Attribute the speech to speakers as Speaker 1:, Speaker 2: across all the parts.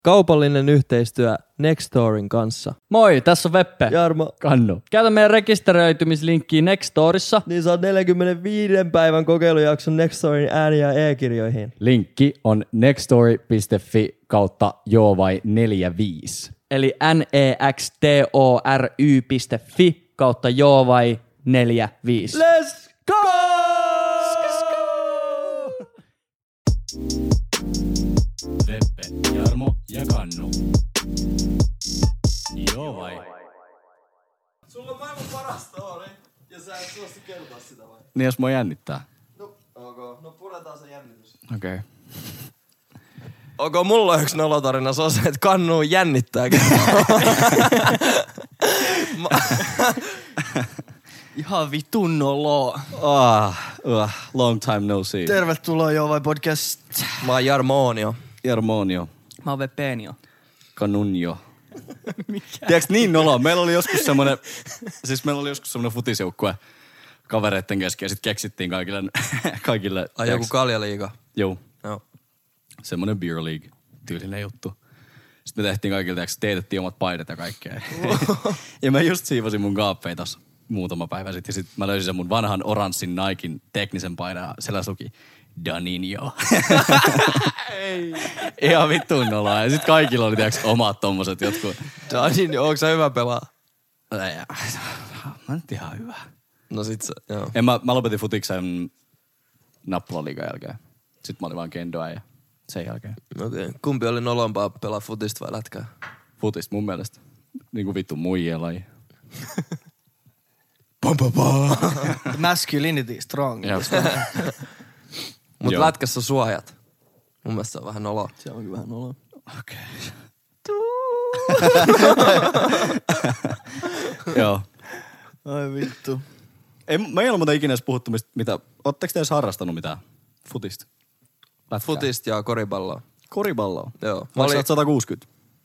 Speaker 1: Kaupallinen yhteistyö Nextorin kanssa.
Speaker 2: Moi, tässä on Veppe.
Speaker 1: Jarmo.
Speaker 2: Kannu. Käytä meidän rekisteröitymislinkkiä Nextorissa.
Speaker 1: Niin saa 45 päivän kokeilujakson Nextorin ääni- ja e-kirjoihin.
Speaker 2: Linkki on nextory.fi/joovai45. Eli nextory.fi/joovai45.
Speaker 1: Let's go!
Speaker 2: Veppe, Jarmo ja Kannu. Joo vai?
Speaker 1: Sulla on maailman paras story, ja sä et suostu kertoa sitä vai?
Speaker 2: Niin jos mua jännittää.
Speaker 1: No, ok. No puretaan se jännitys.
Speaker 2: Okei.
Speaker 1: Ok, mulla on yksi nolotarina, se on se, että Kannu jännittää.
Speaker 3: Ihan vitun noloa.
Speaker 2: Long time no see.
Speaker 3: Tervetuloa Joo vai podcast.
Speaker 1: Mä oon Jarmoonio.
Speaker 2: Jarmonio.
Speaker 3: Mä oon Vepeenio.
Speaker 2: Kanunjo. Tiedätkö niin noloa? Meillä oli joskus semmonen futisjoukkue kavereitten kesken ja sit keksittiin kaikille
Speaker 1: Ai joku kaljaliiga.
Speaker 2: Joo.
Speaker 1: Joo.
Speaker 2: Semmonen beer league tyylinen juttu. Sitten me tehtiin kaikille, teetettiin omat paidat ja kaikkea. Ja mä just siivosin mun kaappeja tossa muutama päivä sitten. Ja sit mä löysin sen mun vanhan oranssin Nikein teknisen paidan ja siellä luki Daninjo. Ihan vittuun noloa. Ja sit kaikilla oli omat tommoset jotkut.
Speaker 1: Daninjo, onko sä hyvä pelaa?
Speaker 2: Mä nyt ihan hyvä.
Speaker 1: No sit se, joo.
Speaker 2: Mä lopetin futiksen nappulaliigan jälkeen. Sitten mä olin vaan kendoa ja sen jälkeen.
Speaker 1: Okei. Kumpi oli nolompaa pelaa futista vai lätkää?
Speaker 2: Futista mun mielestä. Niinku vittu muijien laji.
Speaker 3: Masculinity strong.
Speaker 1: Mut lätkässä on suojat. Mun mielestä se on vähän noloa.
Speaker 3: Se onkin vähän noloa.
Speaker 2: Okei. Joo.
Speaker 3: Ai vittu.
Speaker 2: Me ei ole muuten ikinä edes puhuttu, mitä... Ootteko te edes harrastanut mitään futista? Lätkää?
Speaker 1: Futista ja koripalloa.
Speaker 2: Koripalloa?
Speaker 1: Joo.
Speaker 2: Mä olin 160.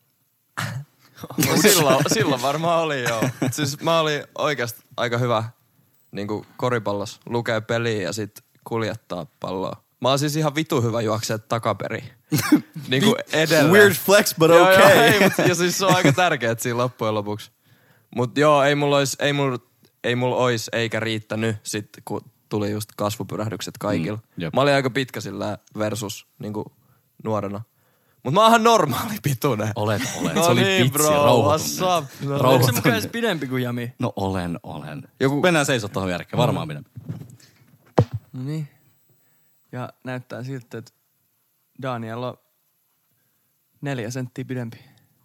Speaker 1: silloin varmaan oli, joo. Siis mä olin oikeasti aika hyvä niinku koripallossa. Lukee peliä ja sit kuljettaa palloa. Mä oon siis ihan vitu hyvä juoksee takaperi. Niinku edelleen.
Speaker 2: Weird flex, but
Speaker 1: joo,
Speaker 2: okay.
Speaker 1: Joo, ja siis se on aika tärkeet siinä loppujen lopuksi. Mut joo, ei mulla ois eikä riittänyt sit, kun tuli just kasvupyrähdykset kaikilla. Mä olin aika pitkä sillä versus niinku nuorena. Mut mä oonhan normaali pituinen.
Speaker 2: Olet.
Speaker 1: No
Speaker 2: se oli
Speaker 1: niin,
Speaker 2: pitsi,
Speaker 1: bro,
Speaker 2: rauhoitunut.
Speaker 3: Onko se mukaan edes pidempi kuin Jami?
Speaker 2: No olen. Mennään seisot tohon järkeen, varmaan pidempi.
Speaker 3: No niin. Ja näyttää siltä, että Daniel on 4 senttiä pidempi.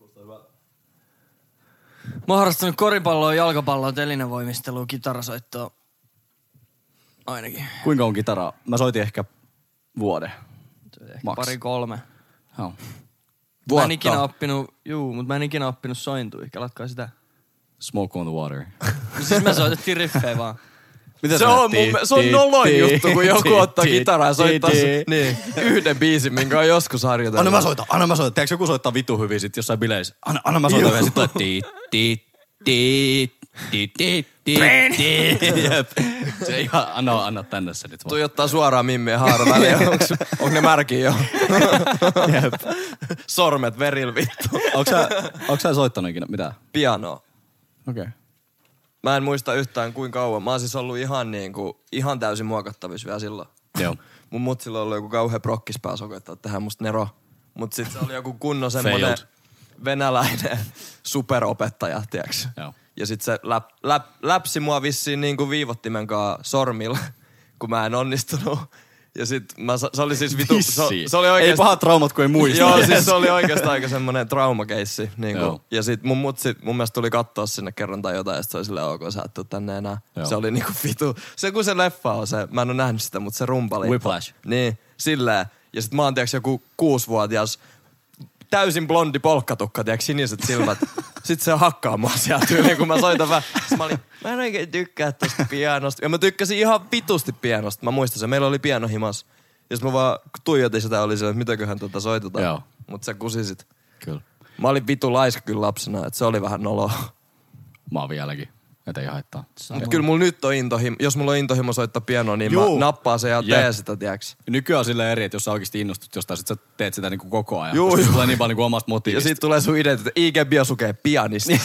Speaker 3: Mä oon harrastanut koripalloa, jalkapalloa, telinevoimistelua, kitarasoittoa. Ainakin.
Speaker 2: Kuinka on kitaraa? Mä soitin ehkä vuoden.
Speaker 3: Ehkä 2-3.
Speaker 2: Joo.
Speaker 3: Mä en ikinä oppinut sointua. Kelatkaa sitä.
Speaker 2: Smoke on the water.
Speaker 3: No siis me soitettiin riffejä vaan.
Speaker 2: Mitä
Speaker 1: Se on noloin juttu, kun joku ottaa kitaraa ja soittaa yhden biisin, minkä on joskus harjoitellut.
Speaker 2: Anna mä soitan. Tiedätkö joku soittaa vitu hyvin sit jossain bileissä? Anna mä soitan ja sit tulee se ihan, anna tänne se nyt vaan.
Speaker 1: Tuijottaa suoraan Mimmien haaran väliin. Onko ne märkiä jo?
Speaker 2: Jep.
Speaker 1: Sormet veril vittu.
Speaker 2: Onko sä soittanut ikinä mitään?
Speaker 1: Pianoa.
Speaker 2: Okei.
Speaker 1: Mä en muista yhtään kuinka kauan. Mä oon siis ollut ihan täysin muokattavissa vielä silloin.
Speaker 2: Joo.
Speaker 1: Mun mutsilla on ollut joku kauhea prokkispääsoko, että tehdään musta nero. Mut sit se oli joku kunnon semmonen venäläinen superopettaja, tiiäks?
Speaker 2: Joo.
Speaker 1: Ja sit se läpsi mua vissiin niinku viivottimen kaa sormilla, kun mä en onnistunut. Ja sit se oli siis vitu... Se oli
Speaker 2: ei pahat traumat, kun ei muista.
Speaker 1: Joo, siis se oli oikeastaan aika semmonen traumakeissi. Niinku. Ja sit mun mutsi mun mielestä tuli kattoo sinne kerran tai jotain, ja sit se oli silleen, ok, sä et tuu tänne enää. Joo. Se oli niinku vitu... Se kun se leffa on se, mä en oo nähnyt sitä, mutta se rumpali.
Speaker 2: Whiplash.
Speaker 1: Niin, silleen. Ja sit mä oon tiiäks joku 6-vuotias, täysin blondi polkkatukka, tiiäks, siniset silmät. Sit se hakkaa mua sieltä tyyliin, kun mä soitan vähän. Sitten mä olin, mä en oikein tykkää tosta pianosta. Ja mä tykkäsin ihan vitusti pianosta. Mä muistan sen, meillä oli piano himas. Ja sit mä vaan tuijotin sitä, oli silleen, että mitäköhän soitetaan. Joo. Mut sä kusisit.
Speaker 2: Kyllä.
Speaker 1: Mä olin vitu laiska kyllä lapsena, että se oli vähän noloa.
Speaker 2: Mä oon vieläkin. Että ei haittaa.
Speaker 1: Mut kyllä mulla nyt on intohimo. Jos mulla on intohimo soittaa pianoa, niin
Speaker 2: Juu.
Speaker 1: mä nappaan sen ja teen sitä, tiiäks.
Speaker 2: Nykyään on silleen eri, että jos sä oikeesti innostut jostain, sit sä teet sitä niinku koko ajan.
Speaker 1: Juu,
Speaker 2: Koska
Speaker 1: juu.
Speaker 2: se tulee niin paljon niinku omasta
Speaker 1: Ja
Speaker 2: motiivista.
Speaker 1: siitä tulee sun identiteetti. IG Biosuke, pianisti.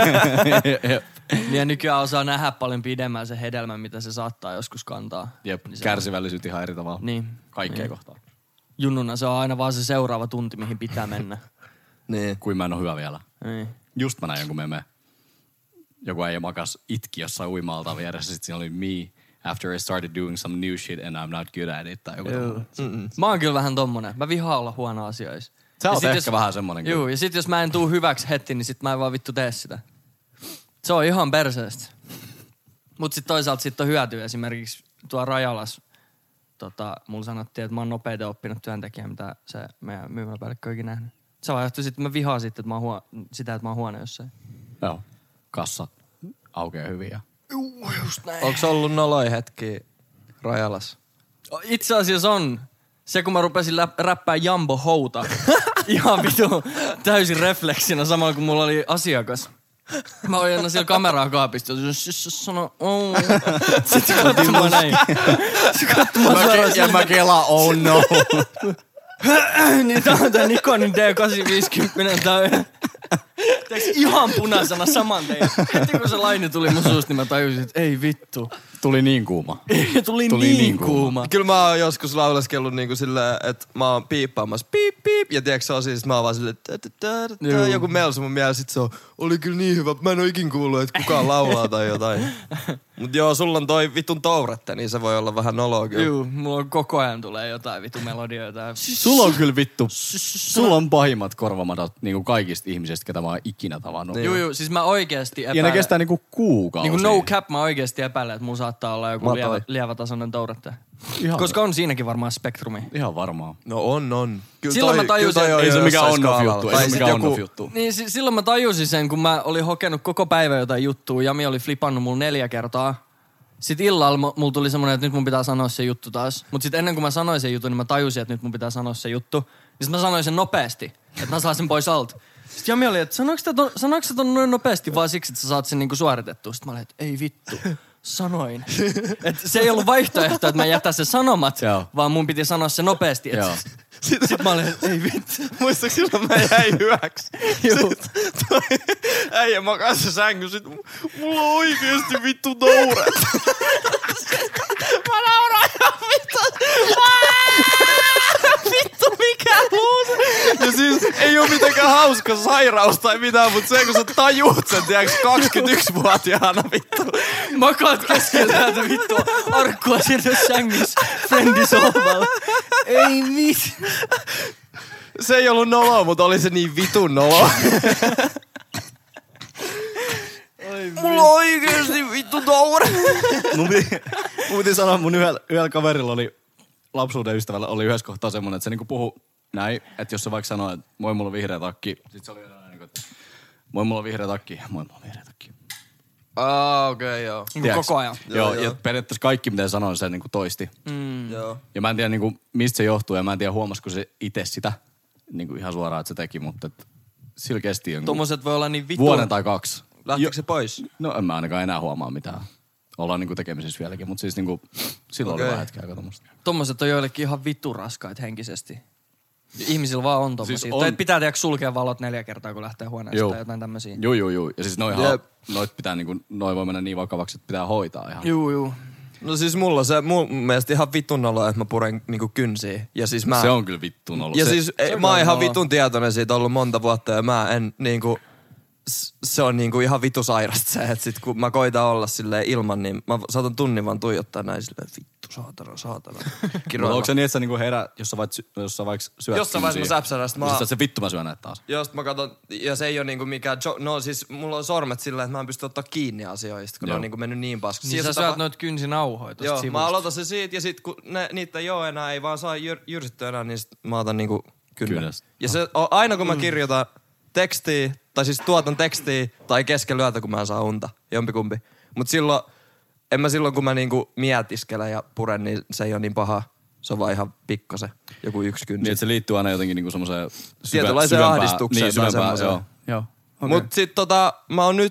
Speaker 3: Ja nykyään osaa nähdä paljon pidemmän se hedelmän, mitä se saattaa joskus kantaa.
Speaker 2: Jep,
Speaker 3: Niin se
Speaker 2: kärsivällisyyt ihan eri tavalla.
Speaker 3: Niin.
Speaker 2: Kaikkea
Speaker 3: Niin.
Speaker 2: kohtaa.
Speaker 3: Junnuna se on aina vaan se seuraava tunti, mihin pitää mennä.
Speaker 1: Niin.
Speaker 2: Kuin mä en oo hyvä vielä.
Speaker 3: Niin.
Speaker 2: Just mä näin jonkun meme. Joku äijä makas itki jossain uima-altaan vieressä. Sitten siinä oli me after I started doing some new shit and I'm not good at it. Tai joku tommoinen.
Speaker 3: Mä oon kyllä vähän tommonen. Mä vihaan olla huono asioissa.
Speaker 2: Sä
Speaker 3: Ja
Speaker 2: oot
Speaker 3: sit
Speaker 2: ehkä vähän semmonen.
Speaker 3: Juu, ja sit jos mä en tuu hyväksi heti, niin sit mä en vaan vittu tee sitä. Se on ihan perseestä. Mut sit toisaalta sit on hyötyä. Esimerkiksi tuo Rajalas, mulla sanottiin, että mä oon nopeiten oppinut työntekijä, mitä se meidän myymäpäällikkö oikein nähnyt. Se vaan johtuu sitten, että mä vihaan sitten, että että mä oon huono jossain.
Speaker 2: Joo. Kassa aukeaa hyvin ja...
Speaker 3: Juu, just näin.
Speaker 1: Onks ollut noloi hetki Rajalas?
Speaker 3: Itse asiassa on. Se, kun mä rupesin räppää Jambo Houta ihan vitu täysin refleksinä samalla, kun mulla oli asiakas. Mä olin aina siellä kameraa kaapista. Sano, sitten se katsoi mua näin. Se katsoi mua suoraan
Speaker 2: Ja mä kelaan, oh no.
Speaker 3: niin tää on tää Nikonin D850. Teekö ihan punaisena saman tein. Heti kun se laini tuli mun suusta, niin mä tajusin, että ei vittu.
Speaker 2: Tuli niin kuuma.
Speaker 3: Tuli niin kuuma.
Speaker 1: Kyllä mä oon joskus lauleskellut niinku silleen, että mä oon piippaamassa piip piip. Ja tiedätkö se on siis, mä oon vaan silleen, joku melsu mun mielessä. Sit se oli kyllä niin hyvä, mä en oo ikin kuullut, että kukaan laulaa tai jotain. Mut joo, sulla on toi vitun tourette, niin se voi olla vähän noloa kyllä.
Speaker 3: Juu, mulla on koko ajan tulee jotain vitu melodioita.
Speaker 2: Sulla on kyllä vittu, sulla on pahimmat korvamadat niinku kaikista ihmisistä, ketä mä oon ikinä tavannut.
Speaker 1: Niin.
Speaker 3: Juu, siis mä oikeesti
Speaker 2: Ja
Speaker 3: epäilen.
Speaker 2: ne kestää niinku kuukausia.
Speaker 3: Niinku no cap, mä oikeesti epäilen, että mulla saattaa olla joku lievätasoinen tourette.
Speaker 2: Ihan,
Speaker 3: Koska on siinäkin varmaan spektrumi.
Speaker 2: ihan varmaa.
Speaker 1: No on. Kyllä
Speaker 3: Silloin mä tajusin,
Speaker 1: kyllä toi
Speaker 2: ei se
Speaker 1: jo
Speaker 2: mikään
Speaker 1: jossain
Speaker 2: on-off
Speaker 1: skaalalla.
Speaker 2: juttu.
Speaker 1: Tai
Speaker 2: Ei se
Speaker 1: sit
Speaker 2: mikään
Speaker 1: joku-
Speaker 2: on-off juttu.
Speaker 3: Niin silloin mä tajusin sen, kun mä olin hokenut koko päivä jotain juttua. Jami oli flipannut mulla 4 kertaa. Sitten illalla mulla tuli semmonen, että nyt mun pitää sanoa se juttu taas. Mut sit ennen kuin mä sanoin sen jutun, niin mä tajusin, että nyt mun pitää sanoa se juttu. Niin sit mä sanoin sen nopeasti, että mä saan sen pois alta. Sitten Jami oli, että sanoiko sä ton noin nopeasti vaan siksi, että sä saat sen niinku suoritettua. Sitten mä olin, että ei vittu, sanoin. Että se ei ollut vaihtoehto, että mä jätän sen sanomat,
Speaker 2: Joo.
Speaker 3: vaan mun piti sanoa se nopeasti.
Speaker 2: Joo.
Speaker 3: Sitten mä olin, että ei vittu.
Speaker 1: Muistatko silloin mä jäin hyväksi?
Speaker 3: Juu.
Speaker 1: Toi äijä makasi sängy, sit mulla on oikeesti vittu touret. Mä nauran ihan vittu. Vittu mikä luus. Ja siis ei oo mitenkään hauska sairaus tai mitään, mut se kun sä tajuut sen, tiiäks 21-vuotiaana vittu.
Speaker 3: Makaat keskellä täältä vittua arkkua sieltä sängyssä friendisohvalla. Ei mit.
Speaker 1: Se ei ollut noloa, mutta oli se niin vitun noloa. Mulla on oikeesti vittu touret.
Speaker 2: Mun piti sanoa, mun yhdellä kaverilla oli, lapsuuden ystävällä oli yhdessä kohtaa semmonen, että se niinku puhui näin, että jos se vaikka sanoo, että moi mulla on vihreä takki, sit se oli jotain niinku, että moi mulla on vihreä takki, moi mulla on vihreä takki.
Speaker 1: Okei, joo.
Speaker 3: Niin koko ajan.
Speaker 2: Joo,
Speaker 1: Joo.
Speaker 2: ja periaatteessa kaikki mitä sanoin se niinku toisti.
Speaker 1: Joo.
Speaker 2: Ja mä en tiedä niinku, mistä se johtuu ja mä en tiedä huomasiko se itse sitä niinku ihan suoraan, että se teki, mutta et, sillä kesti jonkun
Speaker 3: Tommoset voi olla niin vittu.
Speaker 2: vuoden tai 2.
Speaker 1: Lähtikö se pois?
Speaker 2: No en mä ainakaan enää huomaa mitään. Ollaan niinku tekemisissä vieläkin, mutta siis niinku silloin oli
Speaker 1: Okei.
Speaker 2: vähän hetkeä aika tommoista.
Speaker 3: Tommoset on joillekin ihan vittu raskaita henkisesti. Ihmisillä vaan on tommosia.
Speaker 2: Siis on-
Speaker 3: Tai pitää tiedätkö sulkea valot 4 kertaa, kun lähtee huoneesta
Speaker 2: Joo.
Speaker 3: tai jotain tämmösiä.
Speaker 2: Joo. Ja siis
Speaker 1: Jep.
Speaker 2: noit pitää niinku, noi voi mennä niin vakavaksi, että pitää hoitaa ihan.
Speaker 3: Juu.
Speaker 1: No siis mulla se mun mielestä ihan vitun olo, että mä puren niinku kynsiä. Ja siis mä...
Speaker 2: Se on kyllä vittuun ollut.
Speaker 1: Ja
Speaker 2: se,
Speaker 1: siis
Speaker 3: on
Speaker 1: mä oon ihan
Speaker 3: noloa.
Speaker 1: vitun tietoinen siitä ollut monta vuotta ja mä en niinku... Se on niinku ihan vitu sairasta se, että sit kun mä koitan olla silleen ilman, niin mä saatan tunnin vaan tuijottaa näin silleen vittu saatana.
Speaker 2: Mutta onko se niin, että sä niinku herää, jos sä vaikka syöt
Speaker 1: Jossain vaiheessa
Speaker 2: kynsiä,
Speaker 1: mä säpsärän, sit
Speaker 2: ja
Speaker 1: mä...
Speaker 2: sit sä se vittu mä syön näitä taas.
Speaker 1: Just mä katon, ja se ei oo niinku mikään... No siis mulla on sormet silleen, että mä en pysty ottaa kiinni asioista, kun ne
Speaker 2: Joo.
Speaker 1: on niinku mennyt niin paskaksi.
Speaker 3: Niin sä syöt noit kynsinauhoja tosta
Speaker 1: Joo,
Speaker 3: sivusta.
Speaker 1: mä aloitan se siitä ja sit kun niitä ei oo enää, ei vaan saa jyrsittyä enää, niin sit mä otan niinku kynnen.
Speaker 2: Kynnestä.
Speaker 1: Ja se on aina kun mä kirjoitan tekstiä, tai siis tuotan tekstiä, tai kesken yötä kun mä en saa unta, jompikumpi. Mut silloin kun mä niinku mietiskelen ja puren, niin se ei oo niin paha. Se on vaan ihan pikkasen, joku yksi kynsi.
Speaker 2: Niin, että se liittyy aina jotenkin niinku semmoseen
Speaker 1: Tietynlaiseen ahdistukseen
Speaker 2: niin,
Speaker 1: tai
Speaker 2: syvempään,
Speaker 1: semmoiseen.
Speaker 2: joo.
Speaker 1: Okay. Mut sit mä oon nyt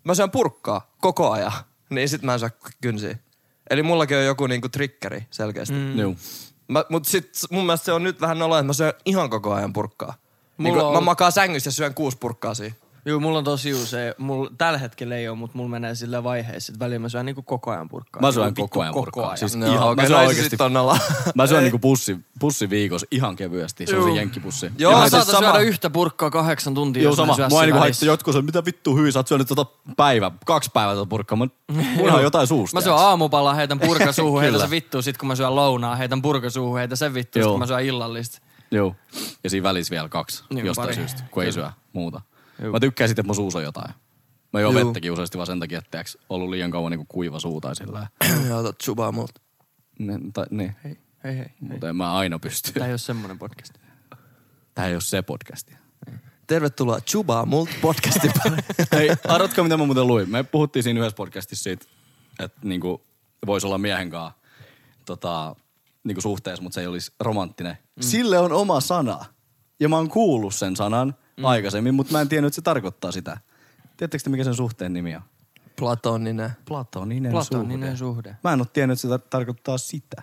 Speaker 1: mä syön purkkaa koko ajan, niin sit mä en syö kynsiä. Eli mullakin on joku niinku triggeri selkeästi.
Speaker 2: Joo.
Speaker 1: Mut sit mun mielestä se on nyt vähän noloa, että mä syön ihan koko ajan purkkaa. Mä makaan sängyssä ja syön 6 purkkaa siinä.
Speaker 3: Joo, mulla on tosi usein. Tällä hetkellä ei ole, mutta mulla menee sillä vaiheessa, että välillä mä syön niinku koko ajan purkkaa.
Speaker 2: Mä syön koko ajan purkkaa. Siis
Speaker 1: No,
Speaker 2: ihan,
Speaker 1: okei,
Speaker 2: mä syön
Speaker 1: no
Speaker 2: oikeesti. Mä syön niinku pussi viikossa ihan kevyesti. Se on se jenkkipussi.
Speaker 3: Joo, mä saatan syödä yhtä purkkaa 8 tuntia,
Speaker 2: Joo,
Speaker 3: jos
Speaker 2: sama.
Speaker 3: mä syö
Speaker 2: Mua ei
Speaker 3: sen
Speaker 2: niinku
Speaker 3: välissä.
Speaker 2: haittaa jotkut sanoa, mitä vittu hyvin, sä oot syönyt 2 päivää purkkaa. Munhan jotain suusta.
Speaker 3: Mä syön aamupalaa, heitän purkka suuhun, heitän
Speaker 2: Kyllä.
Speaker 3: se vittuu. Sit kun mä syön lounaa, heitän purkka suuhun, heitän sen vittuu. Sit kun mä syön illallista.
Speaker 2: Joo. Ja siinä välissä vielä 2
Speaker 3: Niin,
Speaker 2: jostain
Speaker 3: pari.
Speaker 2: syystä, kun ei syö muuta.
Speaker 3: Joo.
Speaker 2: Mä tykkään sitten, että mun suussa on jotain. Mä juon
Speaker 1: Joo.
Speaker 2: vettäkin useasti vaan sen takia, että tiiäks, ollut liian kauan niinku kuiva suu tai sillä.
Speaker 1: Ja otat chubaa multa.
Speaker 2: Niin.
Speaker 3: Hei.
Speaker 2: Mutta en mä aina pysty.
Speaker 3: Tää ei oo semmonen podcast.
Speaker 2: Tää ei oo se podcasti.
Speaker 1: Tervetuloa chubaa multa podcastin pariin.
Speaker 2: Hei, arvatko mitä mä muuten luin? Me puhuttiin siinä yhdessä podcastissa siitä, että niinku vois olla miehen kanssa niinku suhteessa, mutta se ei olisi romanttinen. Sille on oma sana. Ja mä oon kuullut sen sanan aikaisemmin, mutta mä en tiennyt, että se tarkoittaa sitä. Tiedättekö te, mikä sen suhteen nimi on?
Speaker 1: Platoninen.
Speaker 3: Platoninen suhde.
Speaker 2: Mä en oo tiennyt, että se tarkoittaa sitä.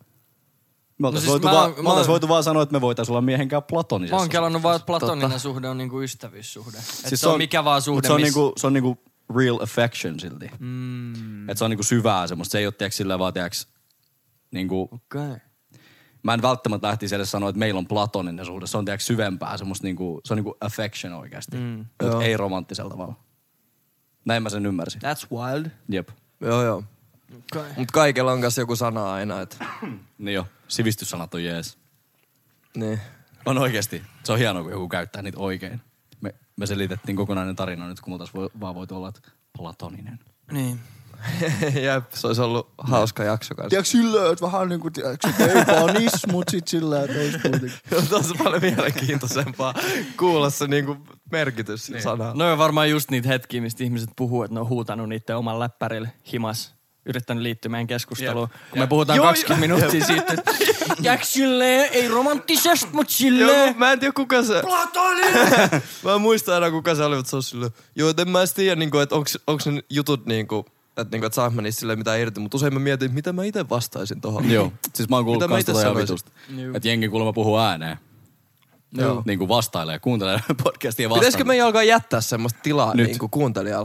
Speaker 2: Me oltais
Speaker 3: siis
Speaker 2: voitu vaan sanoa, että me voitais olla miehen kanssa platonisessa.
Speaker 3: Mä oon kelannut vaan, että platoninen
Speaker 1: Totta.
Speaker 3: suhde on niinku ystävyyssuhde. Et
Speaker 2: Siis
Speaker 3: se on mikä vaan suhde,
Speaker 2: se on niinku real affection silti. Että se on niinku syvää semmoista. Se ei oo tiiäks silleen vaan tiiäks niinku...
Speaker 3: Okei.
Speaker 2: Mä en välttämättä lähtisi edes sanoa, että meillä on platoninen suhde. Se on tiiäks syvempää semmoista niinku... Se on niinku affection oikeasti. Mutta ei romanttisella tavalla. Näin mä sen ymmärsin.
Speaker 3: That's wild.
Speaker 2: Jep.
Speaker 1: Joo.
Speaker 3: Okay.
Speaker 1: Mut kaikella on kanssa joku sana aina, että...
Speaker 2: Niin jo. Sivistyssanat on jees.
Speaker 1: Niin.
Speaker 2: On oikeesti. Se on hienoa, kun joku käyttää niitä oikein. Me selitettiin kokonainen tarina nyt, kun me oltais vaan voitu olla, että platoninen.
Speaker 3: Niin.
Speaker 1: Jep, se olisi ollut hauska jakso kanssa.
Speaker 2: Tiedätkö silleen, että vähän niinku, tiedätkö, ei panis, mut sit silleen, että ois kuitenkin.
Speaker 1: On tosi paljon mielenkiintoisempaa kuulla se niinku merkitys niin. sanaa.
Speaker 3: No on varmaan just niitä hetkiä, mistä ihmiset puhuu, että ne on huutanut niiden oman läppärille himas. Yrittänyt liittyä meidän keskusteluun. Kun me puhutaan 20 minuuttia siitä, että jääkö silleen, ei romanttisesti, mut silleen.
Speaker 1: Joo, mä en tiedä kuka se...
Speaker 3: Platoninen!
Speaker 1: Mä en muista aina kuka se oli, mutta se on silleen... Joo, et en mä edes tiedä, niinku, että onks ne jutut niinku... Että niinku, et saanko mä niistä silleen mitään irti. Mutta usein mä mietin, että mitä mä ite vastaisin tohon.
Speaker 2: Joo, siis mä oon kuullut
Speaker 1: Mitä mä
Speaker 2: kans
Speaker 1: ite
Speaker 2: tota ihan
Speaker 1: sanoisin?
Speaker 2: vitusta. Että jengi kuulemma puhuu ääneen.
Speaker 1: Joo.
Speaker 2: Niinku vastailee, kuuntelee podcastia vastaan.
Speaker 1: Pitäisikö meidän alkaa jättää semmoista tilaa
Speaker 2: Nyt.
Speaker 1: niinku kuuntelijalla?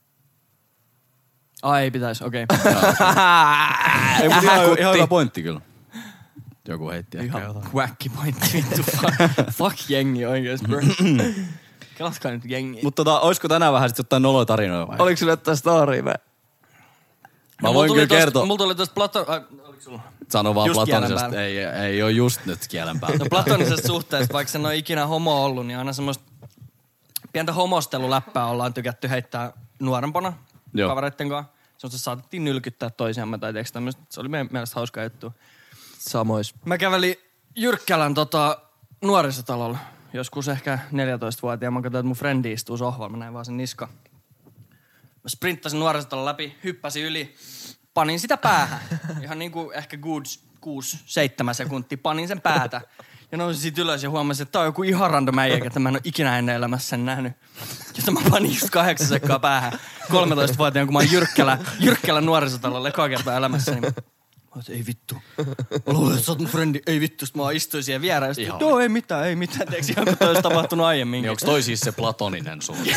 Speaker 3: Ai ei pitäis, okei.
Speaker 2: Ei, mutta ihan hyvä pointti kyllä. Joku heitti ehkä
Speaker 3: Ihan
Speaker 2: jotain.
Speaker 3: quacky pointti vittu. Fuck jengi oikeesti, bro. Kelatkaa nyt jengiä.
Speaker 2: Mutta oisko tänään vähän sit jotain noloja tarinoja vai?
Speaker 1: Oliko sulle jotain storya vai?
Speaker 2: Mä voin kyllä kertoa.
Speaker 3: Mulla tuli tosta oliko sulla?
Speaker 2: Sano vaan
Speaker 3: Just
Speaker 2: platonisesta.
Speaker 3: kielen
Speaker 2: Ei oo just nyt kielen päällä.
Speaker 3: No platonisesta suhteesta, vaikka sen on ikinä homo ollut, niin aina semmoista pientä homosteluläppää ollaan tykätty heittää nuorempana kavereitten kanssa. Semmoista saatettiin nylkyttää toisiamme tai tiiäks tämmöistä. Se oli meidän mielestä hauskaa juttu.
Speaker 1: Samois.
Speaker 3: Mä kävelin Jyrkkälän nuorisotalolla. Joskus ehkä 14-vuotiaan. Mä katsoin, että mun frendi istuu sohvalla. Mä näin vaan sen niska. Mä sprinttasin nuorisotalon läpi, hyppäsin yli, panin sitä päähän. Ihan niinku ehkä good 6-7 sekuntia, panin sen päätä. Ja nousin siitä ylös ja huomasin, että tää on joku ihan random äijä, että mä en oo ikinä ennen elämässä nähnyt. Jota mä panin just 8 sekkaa päähän 13-vuotiaan, kun mä oon Jyrkkälän nuorisotalolla ekaa kertaa elämässäni. Mä oon, ei vittu. Mä luulen, että sä oot mun frendi. Ei vittu. Sitten mä istuin siihen viereen. Sitten, joo, ei mitään. Teekö ihan kun toi olisi tapahtunut aiemmin.
Speaker 2: Niin onks toi siis se platoninen suhde?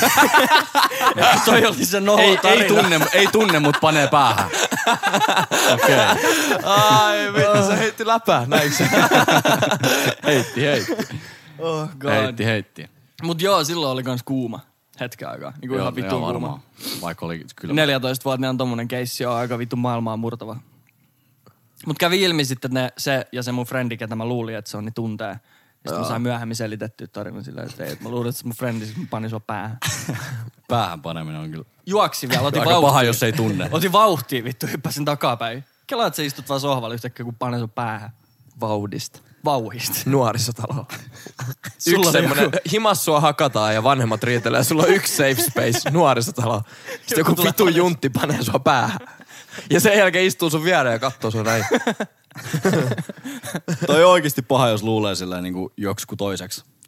Speaker 3: Toi oli se tarina.
Speaker 2: ei tunne, mut panee päähän. Okei.
Speaker 1: Ai vittu, se heitti läpää, näinkö se?
Speaker 2: Heitti.
Speaker 3: Oh god.
Speaker 2: Heitti.
Speaker 3: Mut joo, silloin oli kans kuuma hetken aikaa. Niinku ihan vitun kuuma.
Speaker 2: varmaan. Vaikka oli kyllä.
Speaker 3: 14-vuotiaan tommonen keissi on aika vitun maailmaa murtava. Mut kävi ilmi sitten, että se ja se mun frendi, ketä mä luulin, että se on, niin tuntee. Ja sitten mä sain myöhemmin selitettyä tarinan silleen, että ei, että mä luulin, että se mun frendi sit panin sua päähän.
Speaker 2: Päähän paneminen on kyllä.
Speaker 3: Juoksi vielä, otin
Speaker 2: Aika
Speaker 3: vauhtia.
Speaker 2: paha, jos ei tunne.
Speaker 3: Otin vauhtia vittu, hyppäsin takapäin. Kelaa, että sä istut vaan sohvalla yhtäkkiä, kun panen sun päähän.
Speaker 1: Vauhdista.
Speaker 3: Vauhista.
Speaker 1: Nuorisotalo.
Speaker 3: Sulla
Speaker 1: Yksi
Speaker 3: on
Speaker 1: semmonen,
Speaker 3: joku-
Speaker 1: himas sua hakataan ja vanhemmat riitelee. Sulla on yksi safe space, nuorisotalo. Sitten joku
Speaker 3: tulee
Speaker 1: vitu juntti panee sua päähän. Ja sen jälkeen istuu sun viereen ja katsoo sun näin.
Speaker 2: Toi on oikeesti paha, jos luulee silleen niinku joksiku toiseksi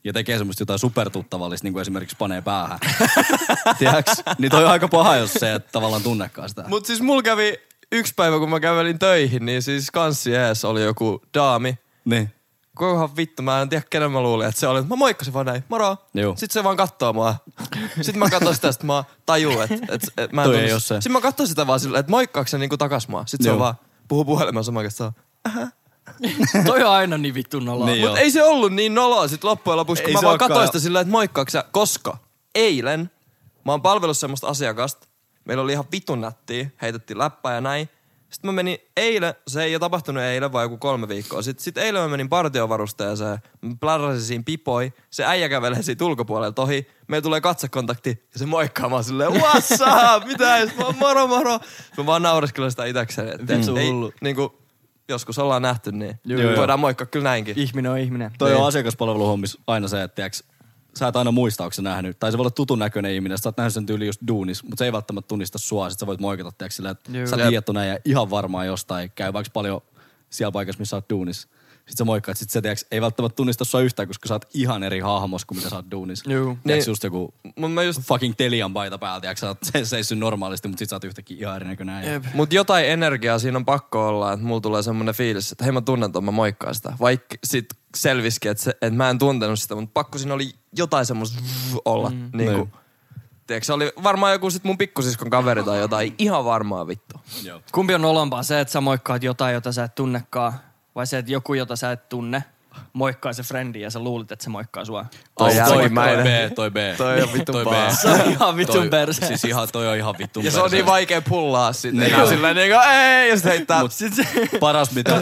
Speaker 2: ja tekee semmoista jotain supertuttavallista, niin kuin esimerkiksi panee päähän. Tiedäks? Niin toi on aika paha, jos se et tavallaan tunnekaan sitä.
Speaker 1: Mut siis mulla kävi yksi päivä, kun mä kävelin töihin, niin siis kanssi ees oli joku daami.
Speaker 2: Niin.
Speaker 1: Kohan vittu, mä en tiedä kenen mä luulin, että se oli. Mä moikkasin vaan näin, moro.
Speaker 2: Joo.
Speaker 1: Sitten se vaan kattoo mua. Sitten mä katsoin sitä, että mä tajuun, että mä en
Speaker 2: Toi ei
Speaker 1: tunne.
Speaker 2: oo se.
Speaker 1: Sitten mä katsoin sitä vaan silleen, että moikkaako se niinku takas mua. Sitten se on
Speaker 2: Joo.
Speaker 1: vaan, puhuu puhelimessa oikeastaan.
Speaker 3: Toi on aina niin vittu noloa.
Speaker 2: Niin.
Speaker 1: Mut
Speaker 2: Joo.
Speaker 1: ei se ollut niin noloa sit loppujen lopuksi, kun
Speaker 2: Ei
Speaker 1: mä
Speaker 2: se
Speaker 1: vaan
Speaker 2: olekaan.
Speaker 1: katsoin sitä silleen, että moikkaako sä, koska eilen mä oon palvellut semmoista asiakasta. Meillä oli ihan vitun nättiä, heitettiin läppää ja näin. Sitten mä menin eilen, se ei ole tapahtunut eilen, vaan joku 3 viikkoa. Sitten eilen mä menin partiovarusteeseen, mä pläräsin siinä pipoi, se äijä kävelee siitä ulkopuolelta ohi, meillä tulee katsekontakti ja se moikkaa mä silleen, what's up, mitä edes, moro moro. Mä vaan naureskelen sitä itäkseni, että ei, niinku, joskus ollaan nähty, niin voidaan moikkaa kyllä näinkin.
Speaker 3: Ihminen on ihminen.
Speaker 2: Toi on asiakaspalveluhommissa aina se, että tiiäks, sä et aina muista, onko sä nähnyt. Tai se voi olla tutun näköinen ihminen, sä oot nähnyt sen tyyli just duunis, mutta se ei välttämättä tunnista sua. Sit sä voit moikata, tiiäks, sillä, että sä tiedät näin ja ihan varmaan jostain käy vaikka paljon siellä paikassa, missä sä oot duunis. Sit sä moikkaat, sit se tiiäks, ei välttämättä tunnista sua yhtään, koska sä oot ihan eri hahmos kuin mitä sä oot duunis.
Speaker 3: Juu.
Speaker 2: Tiiäks
Speaker 1: Niin.
Speaker 2: just joku
Speaker 1: Mä just
Speaker 2: fucking Telian paita päällä, tiiäks, sä oot seissyt normaalisti, mutta sit sä oot yhtäkkiä ihan erinäköinen äijä.
Speaker 3: Jep.
Speaker 1: Mut jotain energiaa siinä on pakko olla, että mulla tulee semmonen fiilis, että hei mä tunnen ton, mä moikkaan sitä. Vaikka sit selvisikin, että mä en tuntenut sitä, mutta pakko siinä oli jotain semmoista olla. Niinku, tiedätkö, se oli varmaan joku sit mun pikkusiskon kaveri tai jotain, ihan varmaa vittu.
Speaker 2: Joo.
Speaker 3: Kumpi on nolompaa, se, että sä moikkaat jotain, jota sä et tunnekaan, vai se, että joku, jota sä et tunne, moikkaa se frendi ja sä luulit, että se moikkaa sua?
Speaker 1: Toi jälkimmäinen.
Speaker 2: Toi B.
Speaker 1: Toi on vittu paha.
Speaker 3: Se on ihan vitun perse.
Speaker 2: Siis ihan, toi on ihan vittun
Speaker 1: Ja se on niin vaikea pullaa sit
Speaker 2: Niin
Speaker 1: enää
Speaker 2: on.
Speaker 1: silleen niinku, ei, ja sit heittää.
Speaker 2: Mut paras mitä,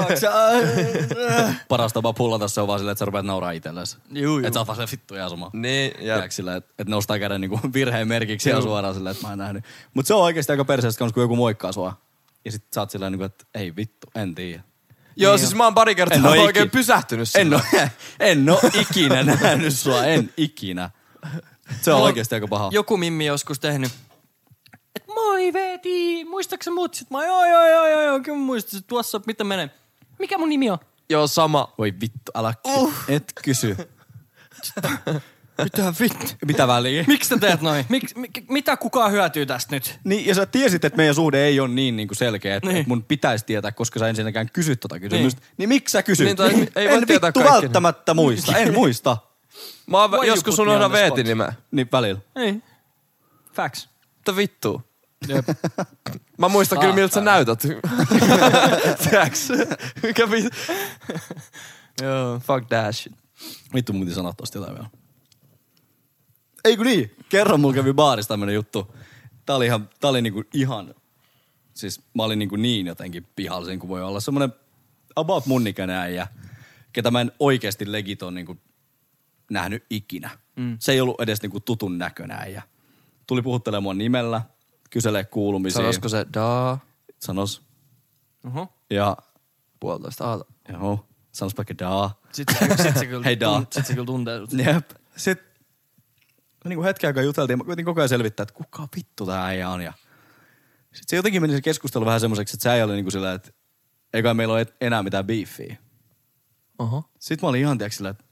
Speaker 2: paras tapa pullata se on vaan silleen, että sä rupeat nauraa itsellesi.
Speaker 3: Juu.
Speaker 2: Että sä oot vaan silleen vittu ihan sama.
Speaker 1: Niin, ja
Speaker 2: Tiedätkö silleen, että nostaa käden niinku virheen merkiksi ihan suoraan silleen, että mä en nähnyt. Mut se on oikeesti aika perseestä kans, kun joku moikkaa sua. Ja sit sä oot silleen niinku, että ei vittu, en tiedä.
Speaker 1: joo, siis mä oon pari kertaa
Speaker 2: En oo
Speaker 1: oikein
Speaker 2: ikin-
Speaker 1: pysähtynyt sillä.
Speaker 2: En oo ikinä nähnyt sua, en ikinä. Se on oikeesti aika paha.
Speaker 3: Joku mimmi joskus tehnyt, että moi Veeti, muistaaksä mut? Sit mä joo, kyllä mä muistin, tuossa, miten menee. Mikä mun nimi on?
Speaker 1: Joo, sama.
Speaker 2: Voi vittu, älä et kysy.
Speaker 3: Mitä vittu?
Speaker 2: Mitä väliä?
Speaker 3: Miksi te teet noin? Mitä kukaan hyötyy tästä nyt?
Speaker 2: Niin, ja sä tiesit, että meidän suhde ei ole niin selkeä, että
Speaker 3: Niin.
Speaker 2: mun pitäisi tietää, koska sä ensinnäkään kysyt tota kysymystä. Niin miksi sä kysyt?
Speaker 1: Niin, tai ei voi
Speaker 2: en
Speaker 1: tietää
Speaker 2: vittu
Speaker 1: kaikki.
Speaker 2: välttämättä muista, en muista.
Speaker 1: Mä oon
Speaker 3: Why you
Speaker 1: joskus
Speaker 3: put me on
Speaker 1: unohdan
Speaker 3: the spot?
Speaker 1: Veetin nimeä.
Speaker 2: Niin välillä.
Speaker 3: Ei. Facts.
Speaker 1: Mitä vittua?
Speaker 3: Jep.
Speaker 1: Mä muistan kyllä, miltä sä näytät. Tiedäks? Mikä vittu?
Speaker 3: Joo.
Speaker 1: Fuck that shit.
Speaker 2: Vittu mun piti sanoa tosta jotain vielä. Ei kun niin, kerran mulla kävi baarissa tämmönen juttu. Tää oli niinku ihan, siis mä olin niinku niin jotenkin pihallisin kuin voi olla. Semmonen about mun ikäinen äijä, ketä mä en oikeesti legit on niinku nähnyt ikinä. Se ei ollut edes niinku tutun näköinen äijä. Tuli puhuttelemaan mua nimellä, kyselee kuulumisia.
Speaker 1: Sanoisiko se daa?
Speaker 2: Sanos.
Speaker 3: Oho.
Speaker 2: Ja
Speaker 1: 1,5 aata.
Speaker 2: joo, sanos vaikka daa.
Speaker 3: Sit se kyllä,
Speaker 2: Hei, Daa.
Speaker 3: sit se kyllä tuntee sut.
Speaker 2: Jep. Sitten me niinku hetken aikaa juteltiin, mä koitin koko ajan selvittää, että kuka vittu tää äijä on. Ja sitten se jotenkin meni se keskustelu vähän semmoiseksi, että se äijä oli niinku sillä, että eikä meillä ole enää mitään beefiä.
Speaker 1: Oho.
Speaker 2: Sitten mä olin ihan, tiiäks, sillä, että